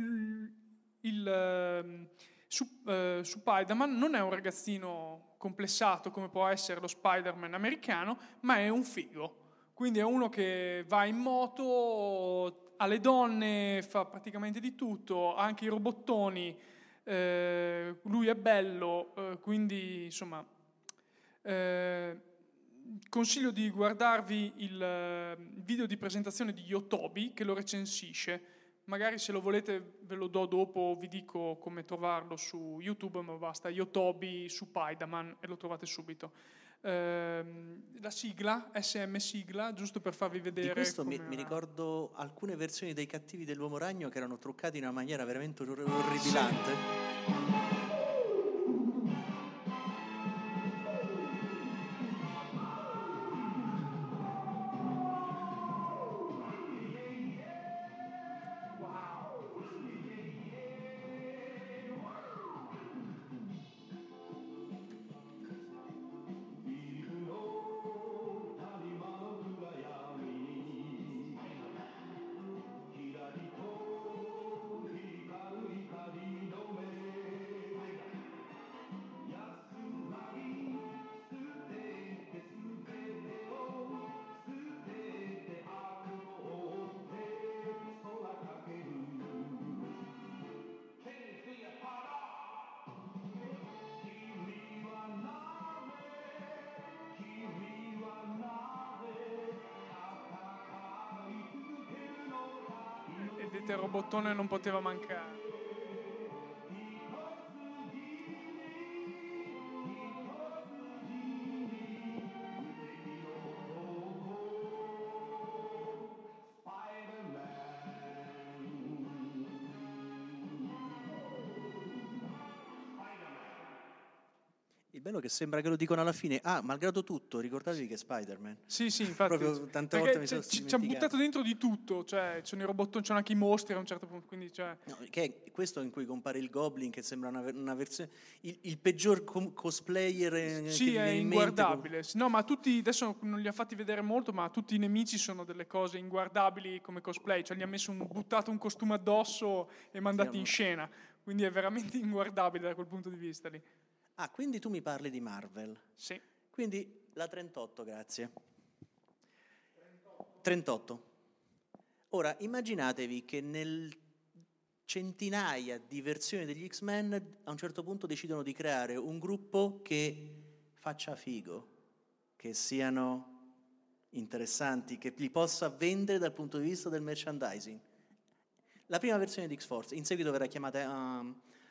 su Spider-Man non è un ragazzino complessato come può essere lo Spider-Man americano, ma è un figo. Quindi è uno che va in moto, ha le donne, fa praticamente di tutto, ha anche i robottoni, lui è bello, quindi insomma consiglio di guardarvi il video di presentazione di Yotobi che lo recensisce. Magari se lo volete ve lo do dopo, vi dico come trovarlo su YouTube, ma basta Yotobi su Spider-Man e lo trovate subito. La sigla, SM sigla, giusto per farvi vedere. Di questo mi ricordo alcune versioni dei Cattivi dell'Uomo Ragno che erano truccati in una maniera veramente orripilante. Vedete, il robottone non poteva mancare. Il bello è che sembra che lo dicono alla fine. Malgrado tutto, ricordatevi che è Spider-Man. Sì, infatti. Proprio tante volte mi sono ci ha buttato dentro di tutto, cioè ci sono i robottoni, ci sono anche i mostri a un certo punto, quindi cioè... No, che è questo in cui compare il Goblin, che sembra una versione, il peggior cosplayer sì, che è viene in inguardabile. mente. No, ma tutti, adesso non li ha fatti vedere molto, ma tutti i nemici sono delle cose inguardabili come cosplay, cioè gli ha buttato un costume addosso e mandati in scena, quindi è veramente inguardabile da quel punto di vista lì. Quindi tu mi parli di Marvel. Sì. Quindi la 38, grazie. 38. Ora, immaginatevi che nel centinaia di versioni degli X-Men a un certo punto decidono di creare un gruppo che faccia figo, che siano interessanti, che li possa vendere dal punto di vista del merchandising. La prima versione di X-Force, in seguito verrà chiamata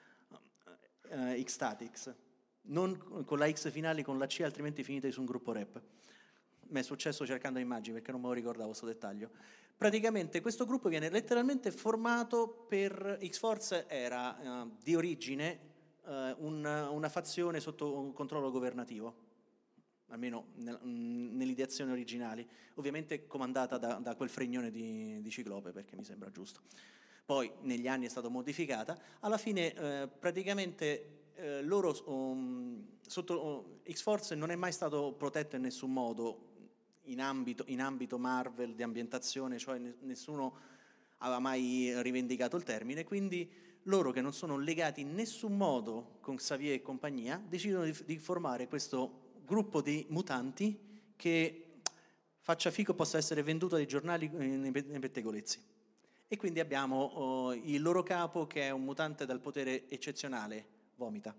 X-Statix, non con la X finale, con la C, altrimenti finite su un gruppo rap. Mi è successo cercando immagini perché non me lo ricordavo questo dettaglio. Praticamente questo gruppo viene letteralmente formato per... X-Force era di origine una fazione sotto un controllo governativo, almeno nell'ideazione originali, ovviamente comandata da quel fregnone di Ciclope, perché mi sembra giusto. Poi negli anni è stata modificata. Alla fine praticamente loro sotto X-Force non è mai stato protetto in nessun modo in ambito Marvel di ambientazione, cioè nessuno aveva mai rivendicato il termine, quindi loro, che non sono legati in nessun modo con Xavier e compagnia, decidono di formare questo gruppo di mutanti che faccia figo possa essere venduto ai giornali nei pettegolezzi. E quindi abbiamo il loro capo, che è un mutante dal potere eccezionale, vomita.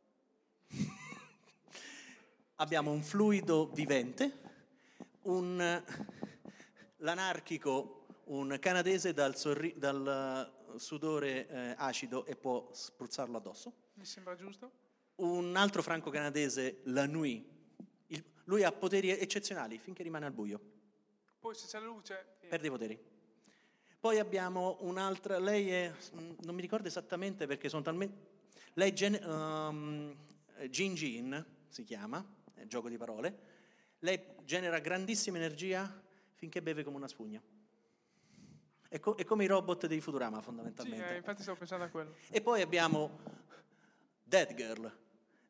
Abbiamo un fluido vivente, l'anarchico, un canadese dal sudore acido e può spruzzarlo addosso. Mi sembra giusto. Un altro franco-canadese, la Nuit. Lui ha poteri eccezionali finché rimane al buio. Poi se c'è la luce... Perde i poteri. Poi abbiamo un'altra, lei è, non mi ricordo esattamente perché sono talmente... Lei è Jin si chiama, è gioco di parole. Lei genera grandissima energia finché beve come una spugna. È come i robot dei Futurama, fondamentalmente. Sì, infatti stavo pensando a quello. E poi abbiamo Dead Girl,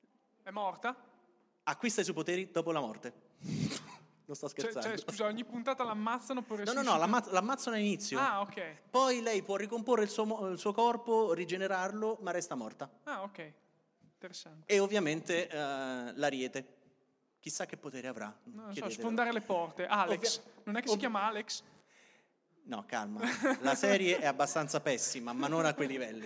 È morta? Acquista i suoi poteri dopo la morte. Non sto scherzando. Scusa, ogni puntata l'ammazzano per No, resuscitare? l'ammazzano all'inizio. Ah, ok. Poi lei può ricomporre il suo corpo, rigenerarlo, ma resta morta. Ah, ok. Interessante. E ovviamente l'Ariete. Chissà che potere avrà. Non so, chiedetelo. sfondare le porte. Alex. Non è che si chiama Alex? No, calma. La serie è abbastanza pessima, ma non a quei livelli.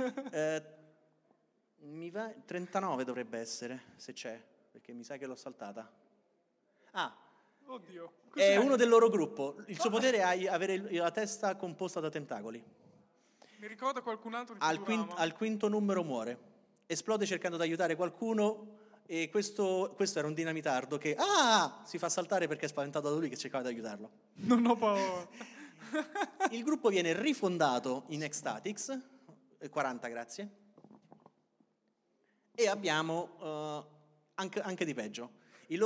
Mi va 39 dovrebbe essere, se c'è, perché mi sa che l'ho saltata. Ah, Oddio. è uno del loro gruppo. Il suo potere è avere la testa composta da tentacoli. Mi ricorda qualcun altro di Al quinto numero muore. Esplode cercando di aiutare qualcuno e questo era un dinamitardo che si fa saltare perché è spaventato da lui che cercava di aiutarlo. Non ho paura. Il gruppo viene rifondato in Ecstatics, 40 grazie, e abbiamo anche di peggio. Il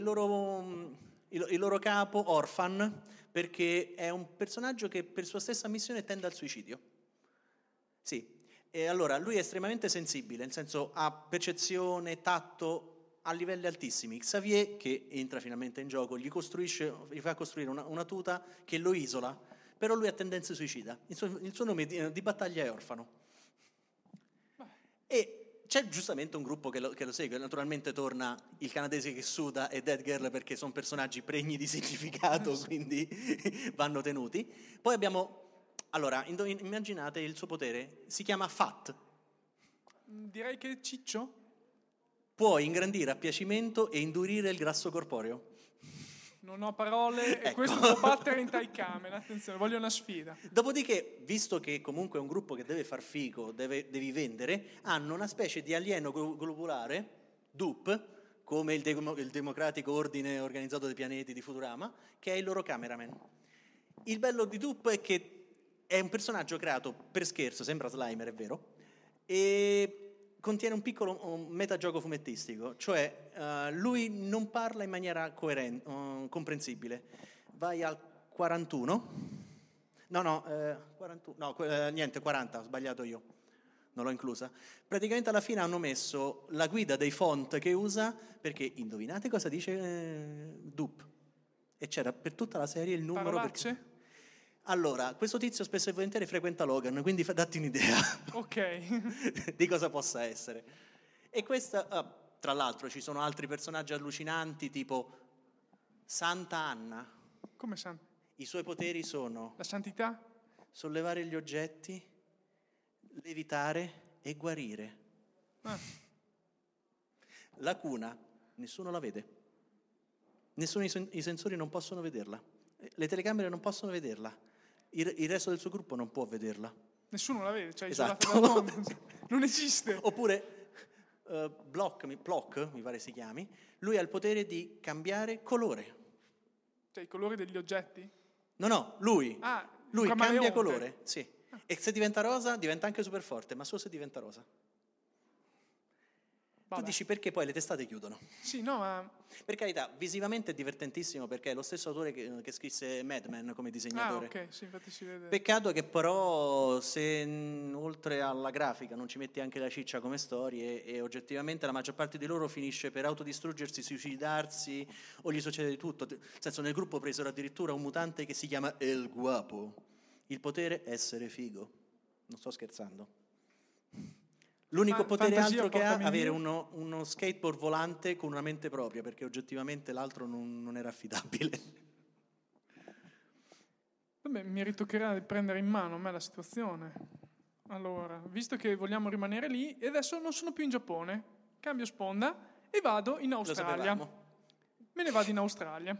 loro capo, Orphan, perché è un personaggio che per sua stessa missione tende al suicidio. Sì, e allora lui è estremamente sensibile, nel senso ha percezione, tatto a livelli altissimi. Xavier, che entra finalmente in gioco, gli fa costruire una tuta che lo isola, però lui ha tendenze suicida. Il suo nome di battaglia è Orfano. E c'è giustamente un gruppo che lo segue. Naturalmente torna il canadese che suda e Dead Girl perché sono personaggi pregni di significato, quindi vanno tenuti. Poi abbiamo... Allora, immaginate il suo potere, si chiama Fat. Direi che è Ciccio. Può ingrandire a piacimento e indurire il grasso corporeo. Non ho parole e Ecco. questo può battere in Taikamen, attenzione, voglio una sfida. Dopodiché, visto che comunque è un gruppo che deve far figo, devi vendere, hanno una specie di alieno globulare, DUP, come il democratico ordine organizzato dei pianeti di Futurama, che è il loro cameraman. Il bello di DUP è che è un personaggio creato per scherzo, sembra Slimer, è vero, e contiene un piccolo metagioco fumettistico, cioè lui non parla in maniera comprensibile. Vai al 41. 40, ho sbagliato io, non l'ho inclusa. Praticamente alla fine hanno messo la guida dei font che usa, perché indovinate cosa dice DUP? E c'era per tutta la serie il numero. Parolacce? Allora, questo tizio spesso e volentieri frequenta Logan, quindi datti un'idea di cosa possa essere. E questa, tra l'altro, ci sono altri personaggi allucinanti, tipo Santa Anna. Come Santa? I suoi poteri sono La santità? sollevare gli oggetti, levitare e guarire. La cuna, nessuno la vede. I sensori non possono vederla. Le telecamere non possono vederla. Il resto del suo gruppo non può vederla. Nessuno la vede, cioè Esatto. isolata dal mondo. Non esiste. Oppure Block, mi pare si chiami, lui ha il potere di cambiare colore. Cioè i colori degli oggetti? No, lui un cambia camaleonte. colore, sì. E se diventa rosa diventa anche super forte, ma solo se diventa rosa. Vabbè. Tu dici perché poi le testate chiudono. Sì, no, ma... Per carità, visivamente è divertentissimo perché è lo stesso autore che scrisse Mad Men come disegnatore. ok, sì, infatti si vede. Peccato che però se oltre alla grafica non ci metti anche la ciccia come storie e oggettivamente la maggior parte di loro finisce per autodistruggersi, suicidarsi o gli succede di tutto. Nel senso, nel gruppo presero addirittura un mutante che si chiama El Guapo. Il potere è essere figo. Non sto scherzando. L'unico potere altro che ha è avere uno skateboard volante con una mente propria, perché oggettivamente l'altro non era affidabile. Vabbè, mi ritoccherà di prendere in mano a me la situazione. Allora, visto che vogliamo rimanere lì, e adesso non sono più in Giappone, cambio sponda e vado in Australia. Me ne vado in Australia.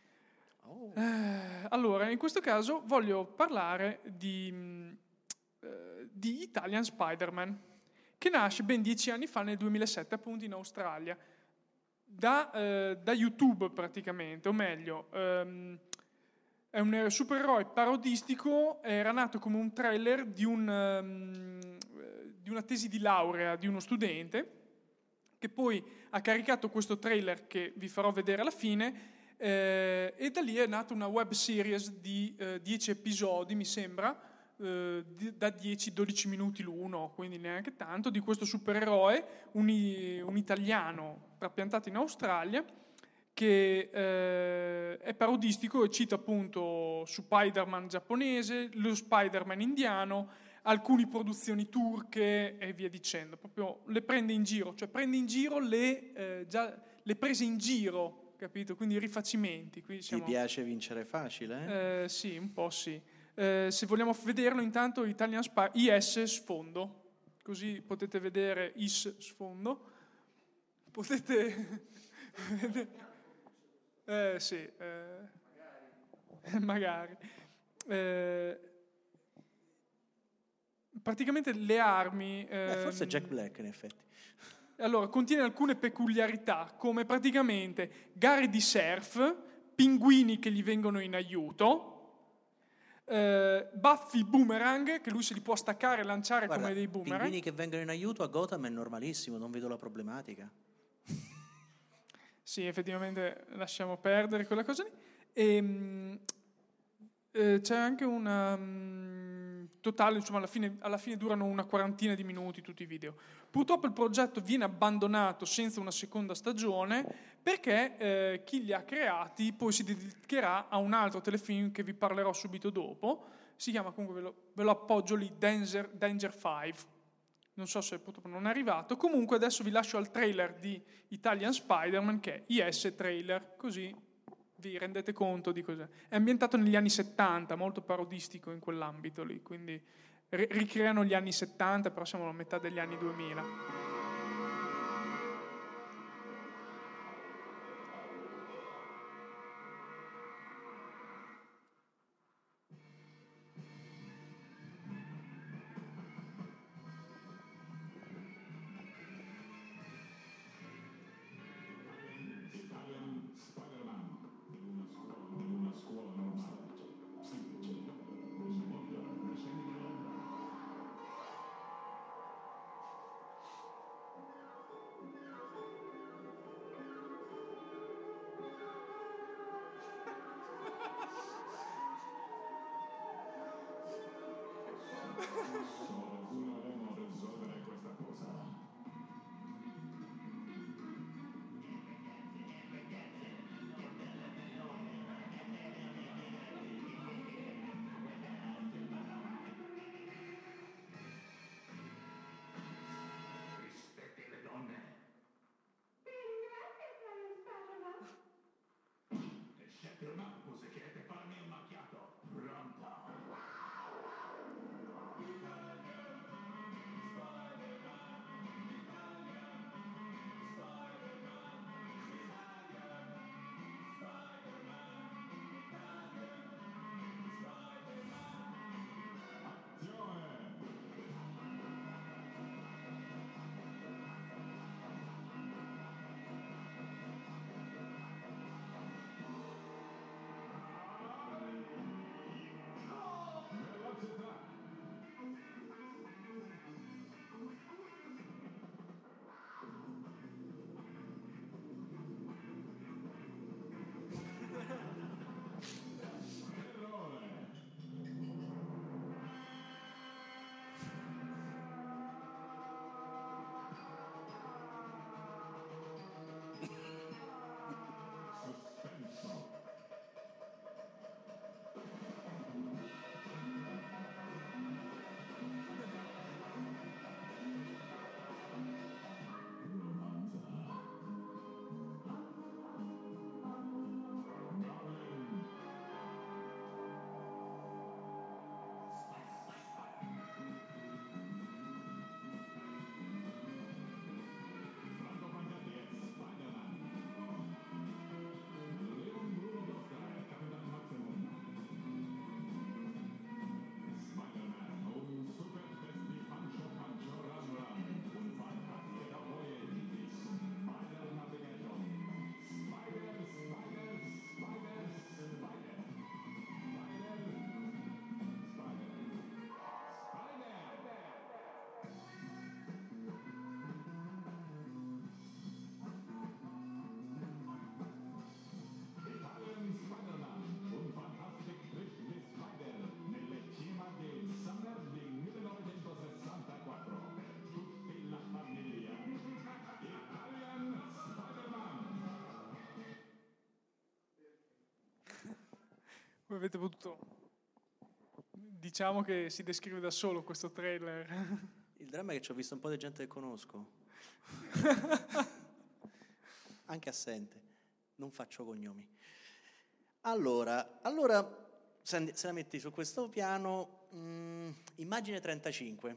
Allora, in questo caso voglio parlare di Italian Spider-Man, che nasce ben 10 anni fa, nel 2007, appunto in Australia, da YouTube praticamente, o meglio, è un supereroe parodistico, era nato come un trailer di una tesi di laurea di uno studente, che poi ha caricato questo trailer che vi farò vedere alla fine, e da lì è nata una web series di 10 episodi, mi sembra, da 10-12 minuti l'uno, quindi neanche tanto, di questo supereroe, un italiano trapiantato in Australia, che è parodistico e cita appunto Spider-Man giapponese, lo Spider-Man indiano, alcune produzioni turche e via dicendo. Proprio le prende in giro, cioè prende in giro le prese in giro, capito? Quindi i rifacimenti. Qui Ti piace vincere facile? Sì, un po' sì. Se vogliamo vederlo, intanto Italian Spy, IS sfondo, così potete vedere IS sfondo. Potete sì, magari. Praticamente le armi. Forse Jack Black, in effetti. Allora, contiene alcune peculiarità, come praticamente gare di surf, pinguini che gli vengono in aiuto. Baffi boomerang che lui se li può staccare e lanciare. Guarda, come dei boomerang. Pinguini che vengono in aiuto a Gotham è normalissimo, non vedo la problematica. Sì, effettivamente lasciamo perdere quella cosa lì. C'è anche una totale, insomma, alla fine durano una quarantina di minuti tutti i video. Purtroppo il progetto viene abbandonato senza una seconda stagione perché chi li ha creati poi si dedicherà a un altro telefilm che vi parlerò subito dopo. Si chiama, comunque ve lo appoggio lì, Danger 5. Non so se purtroppo non è arrivato. Comunque adesso vi lascio al trailer di Italian Spider-Man, che è IS Trailer, così vi rendete conto di cos'è. È ambientato negli anni 70, molto parodistico in quell'ambito lì, quindi ricreano gli anni 70, però siamo alla metà degli anni 2000. Come avete potuto... Diciamo che si descrive da solo questo trailer. Il dramma è che ci ho visto un po' di gente che conosco. Anche assente. Non faccio cognomi. Allora se la metti su questo piano, immagine 35.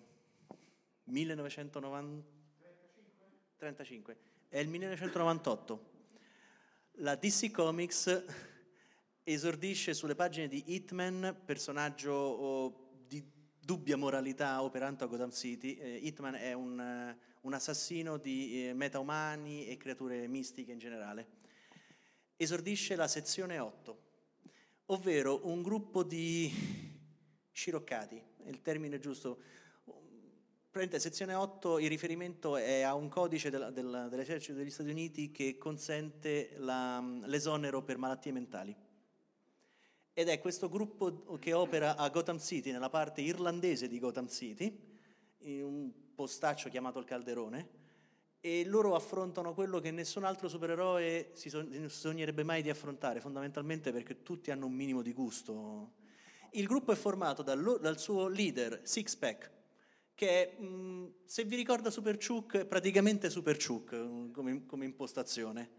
1935. È il 1998. La DC Comics esordisce sulle pagine di Hitman, personaggio di dubbia moralità operante a Gotham City. Hitman è un assassino di metaumani e creature mistiche in generale. Esordisce la sezione 8, ovvero un gruppo di sciroccati, è il termine giusto. Sezione 8, il riferimento è a un codice dell'esercito degli Stati Uniti che consente l'esonero per malattie mentali. Ed è questo gruppo che opera a Gotham City, nella parte irlandese di Gotham City, in un postaccio chiamato il Calderone, e loro affrontano quello che nessun altro supereroe si sognerebbe mai di affrontare, fondamentalmente perché tutti hanno un minimo di gusto. Il gruppo è formato dal suo leader, Sixpack, che se vi ricorda Super Chuck, è praticamente Super Chuck come impostazione.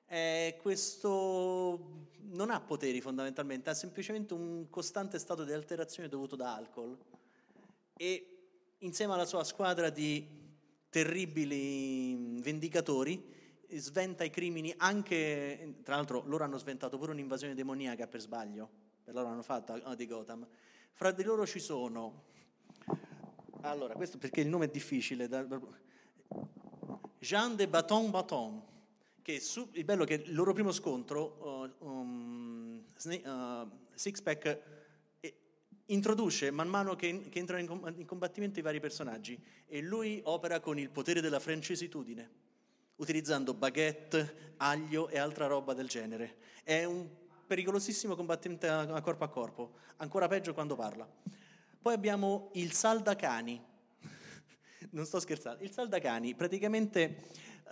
Questo non ha poteri fondamentalmente, ha semplicemente un costante stato di alterazione dovuto da alcol, e insieme alla sua squadra di terribili vendicatori sventa i crimini. Anche, tra l'altro, loro hanno sventato pure un'invasione demoniaca per sbaglio, per loro hanno fatto di Gotham. Fra di loro ci sono, allora, questo perché il nome è difficile, Jean de Baton, che il bello è che il loro primo scontro Sixpack introduce man mano che entrano in combattimento i vari personaggi, e lui opera con il potere della francesitudine, utilizzando baguette, aglio e altra roba del genere. È un pericolosissimo combattente a corpo, ancora peggio quando parla. Poi abbiamo il Saldacani. Non sto scherzando. Il Saldacani praticamente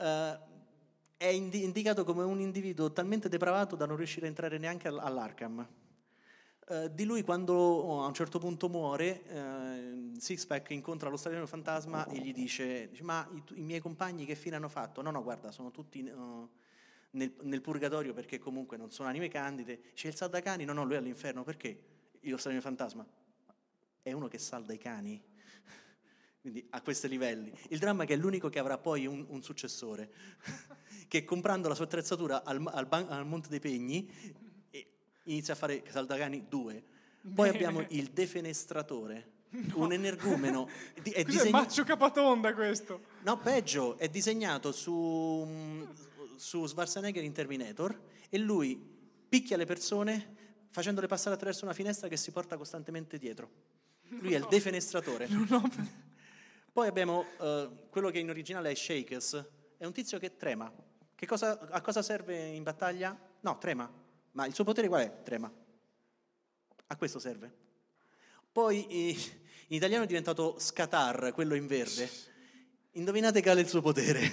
è indicato come un individuo talmente depravato da non riuscire a entrare neanche all'Arkham. Di lui, quando a un certo punto muore, Sixpack incontra lo Stradino Fantasma e gli dice ma i miei compagni che fine hanno fatto? No, guarda, sono tutti nel purgatorio perché comunque non sono anime candide. C'è il Saldacani? No, lui è all'inferno. Perché? Lo Stradino Fantasma è uno che salda i cani. Quindi a questi livelli. Il dramma è che è l'unico che avrà poi un successore, che comprando la sua attrezzatura al Monte dei Pegni inizia a fare Saldacani 2. Poi abbiamo il Defenestratore, un energumeno. Cos'è Maccio Capatonda questo? No, peggio, è disegnato su Schwarzenegger in Terminator, e lui picchia le persone facendole passare attraverso una finestra che si porta costantemente dietro. Lui è il Defenestratore. Poi abbiamo quello che in originale è Shakers, è un tizio che trema. A cosa serve in battaglia? No, trema. Ma il suo potere qual è? Trema. A questo serve. Poi in italiano è diventato Scatar, quello in verde. Indovinate qual è il suo potere?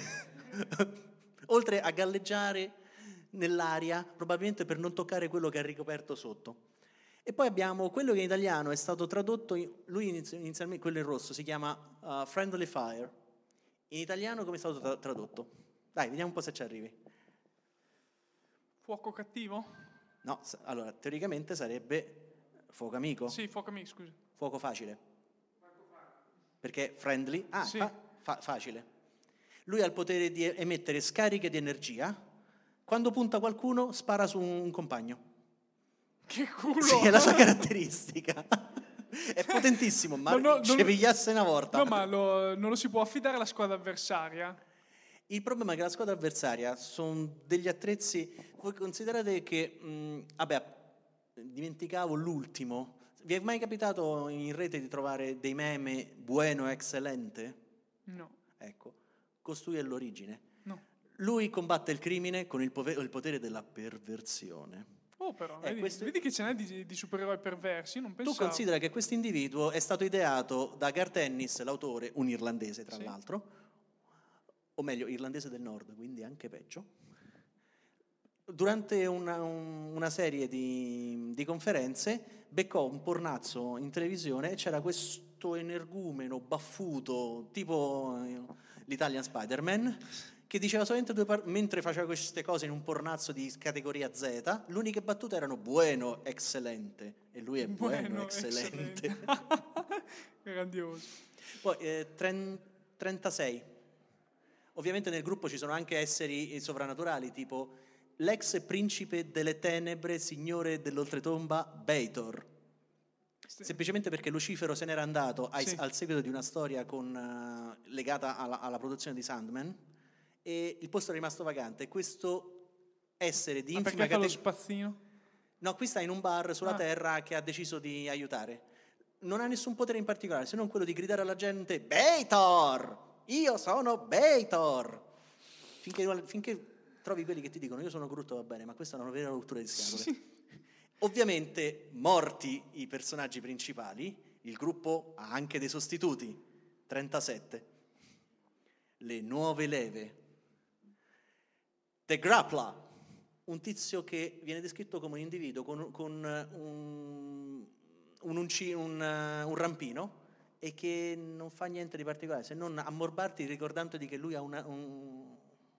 Oltre a galleggiare nell'aria, probabilmente per non toccare quello che ha ricoperto sotto. E poi abbiamo quello che in italiano è stato tradotto, lui inizialmente, quello in rosso, si chiama Friendly Fire. In italiano come è stato tradotto? Dai, vediamo un po' se ci arrivi. Fuoco cattivo? No, allora, teoricamente sarebbe fuoco amico. Sì, fuoco amico, scusa. Fuoco facile. Perché friendly, sì. Facile. Lui ha il potere di emettere scariche di energia. Quando punta qualcuno, spara su un compagno. Che culo! Sì, è la sua caratteristica. È potentissimo, ma ci pigliasse una volta. No, ma non lo si può affidare alla squadra avversaria? Il problema è che la squadra avversaria sono degli attrezzi. Voi considerate che dimenticavo l'ultimo. Vi è mai capitato in rete di trovare dei meme bueno excelente? No. Ecco, costui è l'origine. No. Lui combatte il crimine con il potere della perversione. Oh, però, vedi che ce n'è di supereroi perversi, non pensavo. Tu considera che questo individuo è stato ideato da Garth Ennis, l'autore, un irlandese tra l'altro, o meglio, irlandese del nord, quindi anche peggio. durante una serie di conferenze beccò un pornazzo in televisione e c'era questo energumeno baffuto tipo l'Italian Spider-Man che diceva solamente mentre faceva queste cose in un pornazzo di categoria Z, l'unica battuta erano bueno, excelente, e lui è bueno, excelente. Grandioso. Poi 36. Ovviamente nel gruppo ci sono anche esseri sovrannaturali, tipo l'ex principe delle tenebre, signore dell'oltretomba, Beitor. Sì. Semplicemente perché Lucifero se n'era andato al seguito di una storia legata alla produzione di Sandman, e il posto è rimasto vacante. Questo essere di infima perché fa lo spazzino? No, qui sta in un bar sulla terra che ha deciso di aiutare. Non ha nessun potere in particolare, se non quello di gridare alla gente Beitor! Io sono Beitor! Finché trovi quelli che ti dicono io sono Groot, va bene, ma questa è una vera rottura di scatole. Sì. Ovviamente, morti i personaggi principali, il gruppo ha anche dei sostituti. 37. Le nuove leve. The Grappler, un tizio che viene descritto come un individuo con un rampino e che non fa niente di particolare se non ammorbarti ricordandoti che lui ha un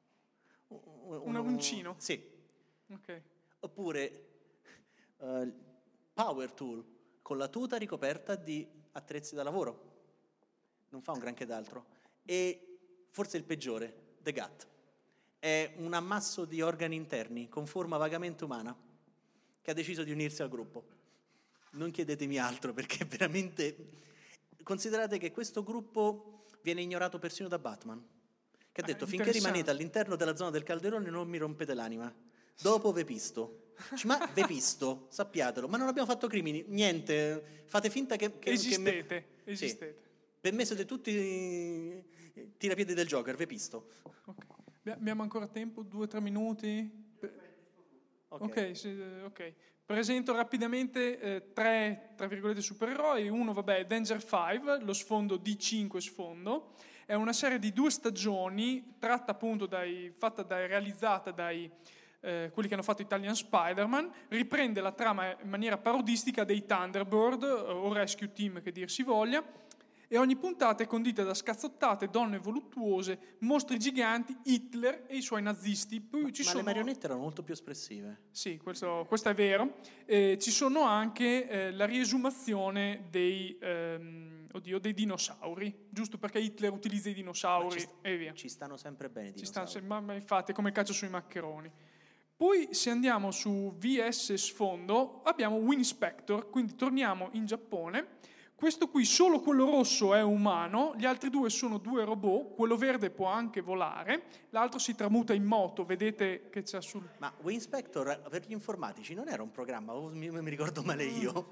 uncino. Sì. Okay. Oppure Power Tool con la tuta ricoperta di attrezzi da lavoro. Non fa un granché d'altro. E forse il peggiore, The Gut. È un ammasso di organi interni con forma vagamente umana che ha deciso di unirsi al gruppo. Non chiedetemi altro perché veramente... Considerate che questo gruppo viene ignorato persino da Batman, che ha detto finché rimanete all'interno della zona del calderone non mi rompete l'anima. Dopo vepisto. Ma vepisto, sappiatelo. Ma non abbiamo fatto crimini, niente. Fate finta che esistete. Sì. Per me siete tutti tirapiedi del Joker, vepisto. Okay. Abbiamo ancora tempo? 2-3 minuti? Ok. Presento rapidamente tre, tra virgolette, supereroi. Uno, Danger 5, lo sfondo D5 sfondo. È una serie di 2 stagioni, tratta appunto realizzata dai quelli che hanno fatto Italian Spider-Man, riprende la trama in maniera parodistica dei Thunderbird o Rescue Team che dir si voglia, e ogni puntata è condita da scazzottate, donne voluttuose, mostri giganti, Hitler e i suoi nazisti. Poi le marionette erano molto più espressive. Sì, questo è vero. Ci sono anche la riesumazione dei dinosauri, giusto perché Hitler utilizza i dinosauri e via. Ci stanno sempre bene i dinosauri. Ma infatti è come il calcio sui maccheroni. Poi se andiamo su VS sfondo abbiamo Winspector, quindi torniamo in Giappone. Questo qui, solo quello rosso è umano, gli altri 2 sono 2 robot, quello verde può anche volare, l'altro si tramuta in moto, vedete che c'è sul... Ma Winspector per gli informatici non era un programma, mi ricordo male io?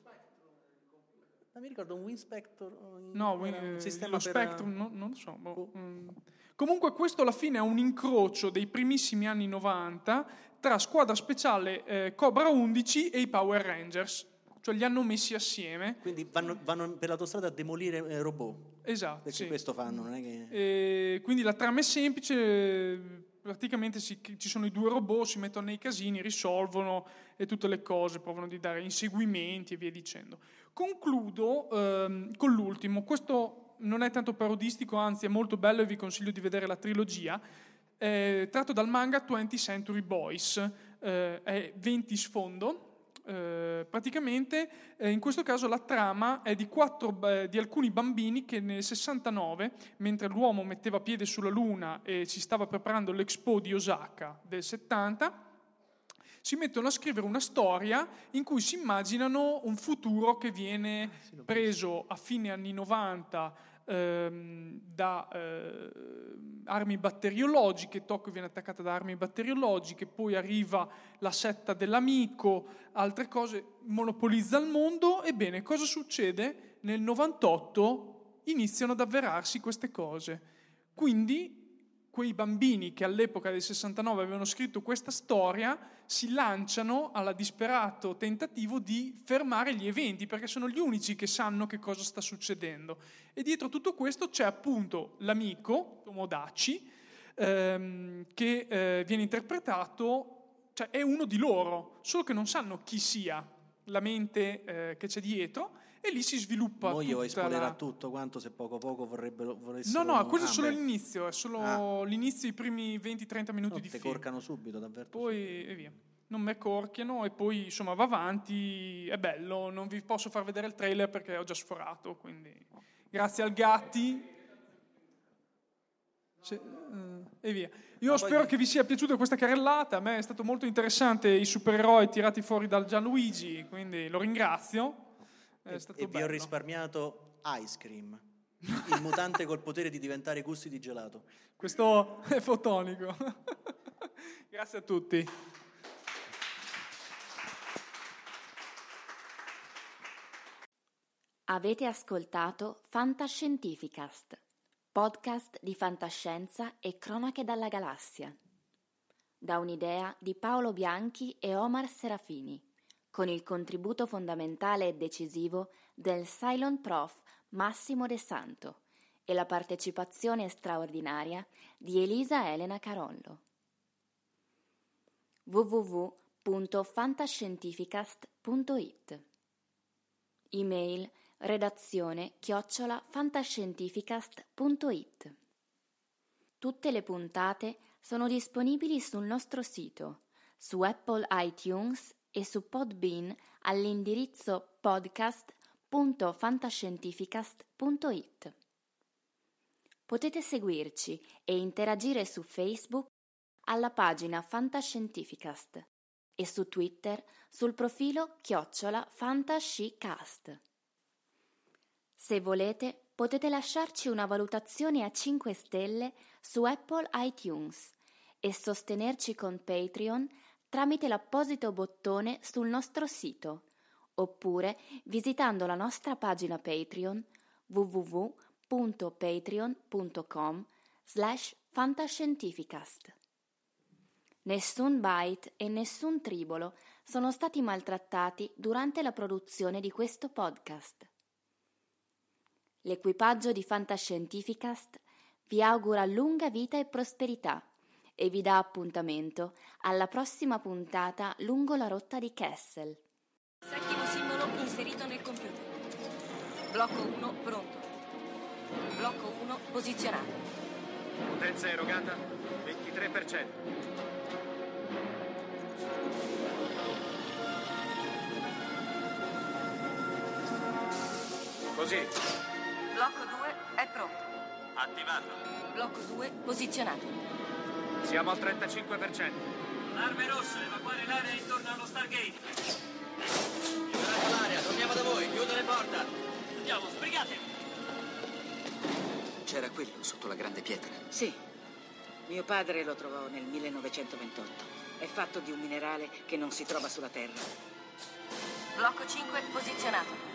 Non mi ricordo un Winspector... un sistema lo Spectrum, non lo so. Comunque questo alla fine è un incrocio dei primissimi anni 90 tra Squadra Speciale Cobra 11 e i Power Rangers. Cioè li hanno messi assieme. Quindi vanno per l'autostrada a demolire robot. Esatto. Perché questo fanno, non è che... quindi la trama è semplice, praticamente ci sono i 2 robot, si mettono nei casini, risolvono e tutte le cose, provano di dare inseguimenti e via dicendo. Concludo con l'ultimo. Questo non è tanto parodistico, anzi è molto bello e vi consiglio di vedere la trilogia. Tratto dal manga 20th Century Boys, è 20 sfondo. Praticamente in questo caso la trama è di alcuni bambini che nel 69, mentre l'uomo metteva piede sulla Luna e si stava preparando l'Expo di Osaka del 70, si mettono a scrivere una storia in cui si immaginano un futuro che viene preso a fine anni 90 da armi batteriologiche. Tokyo viene attaccata da armi batteriologiche, poi arriva la setta dell'amico, altre cose, monopolizza il mondo. Ebbene, cosa succede? Nel 98 iniziano ad avverarsi queste cose. Quindi quei bambini che all'epoca del 69 avevano scritto questa storia si lanciano alla disperato tentativo di fermare gli eventi, perché sono gli unici che sanno che cosa sta succedendo. E dietro tutto questo c'è appunto l'amico, Tomodachi, che viene interpretato cioè è uno di loro, solo che non sanno chi sia la mente che c'è dietro, e lì si sviluppa Moglie vuoi tutta spoilerà la... tutto quanto, se poco volessero... No, questo è Ah, solo beh. l'inizio, è solo l'inizio, i primi 20-30 minuti di Te film. corcano subito, davvero. Poi e via. Non me corchiano e poi insomma va avanti, è bello, non vi posso far vedere il trailer perché ho già sforato, quindi grazie al Gatti e via. Io spero che vi sia piaciuta questa carrellata, a me è stato molto interessante i supereroi tirati fuori dal Gianluigi, quindi lo ringrazio. È stato E vi bello. ho risparmiato Ice Cream, il mutante col potere di diventare gusti di gelato. Questo è fotonico. Grazie a tutti. Avete ascoltato Fantascientificast, podcast di fantascienza e cronache dalla galassia. Da un'idea di Paolo Bianchi e Omar Serafini, con il contributo fondamentale e decisivo del Cylon Prof Massimo De Santo e la partecipazione straordinaria di Elisa Elena Carollo. www.fantascientificast.it. Email redazione@fantascientificast.it. Tutte le puntate sono disponibili sul nostro sito, su Apple iTunes e su Podbean all'indirizzo podcast.fantascientificast.it. Potete seguirci e interagire su Facebook alla pagina Fantascientificast e su Twitter sul profilo @fantascicast. Se volete, potete lasciarci una valutazione a 5 stelle su Apple iTunes e sostenerci con Patreon tramite l'apposito bottone sul nostro sito, oppure visitando la nostra pagina Patreon www.patreon.com/fantascientificast. Nessun byte e nessun tribolo sono stati maltrattati durante la produzione di questo podcast. L'equipaggio di Fantascientificast vi augura lunga vita e prosperità e vi dà appuntamento alla prossima puntata lungo la rotta di Kessel. Settimo simbolo inserito nel computer. Blocco 1 pronto. Blocco 1 posizionato. Potenza erogata 23%. Così. Blocco 2 è pronto. Attivato. Blocco 2 posizionato. Siamo al 35%. Arme rosse, evacuare l'area intorno allo Stargate. Liberate l'area, torniamo da voi, chiudo le porte. Andiamo, sbrigate! C'era quello sotto la grande pietra. Sì, mio padre lo trovò nel 1928. È fatto di un minerale che non si trova sulla Terra. Blocco 5 posizionato.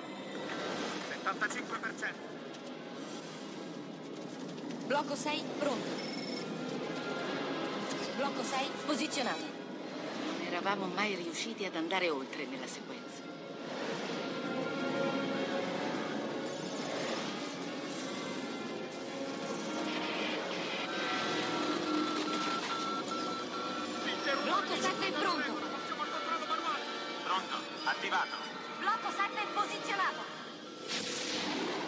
75%. Blocco 6 pronto. Blocco 6 posizionato. Non eravamo mai riusciti ad andare oltre nella sequenza. Blocco 7 pronto. Pronto, attivato. Blocco 7 posizionato.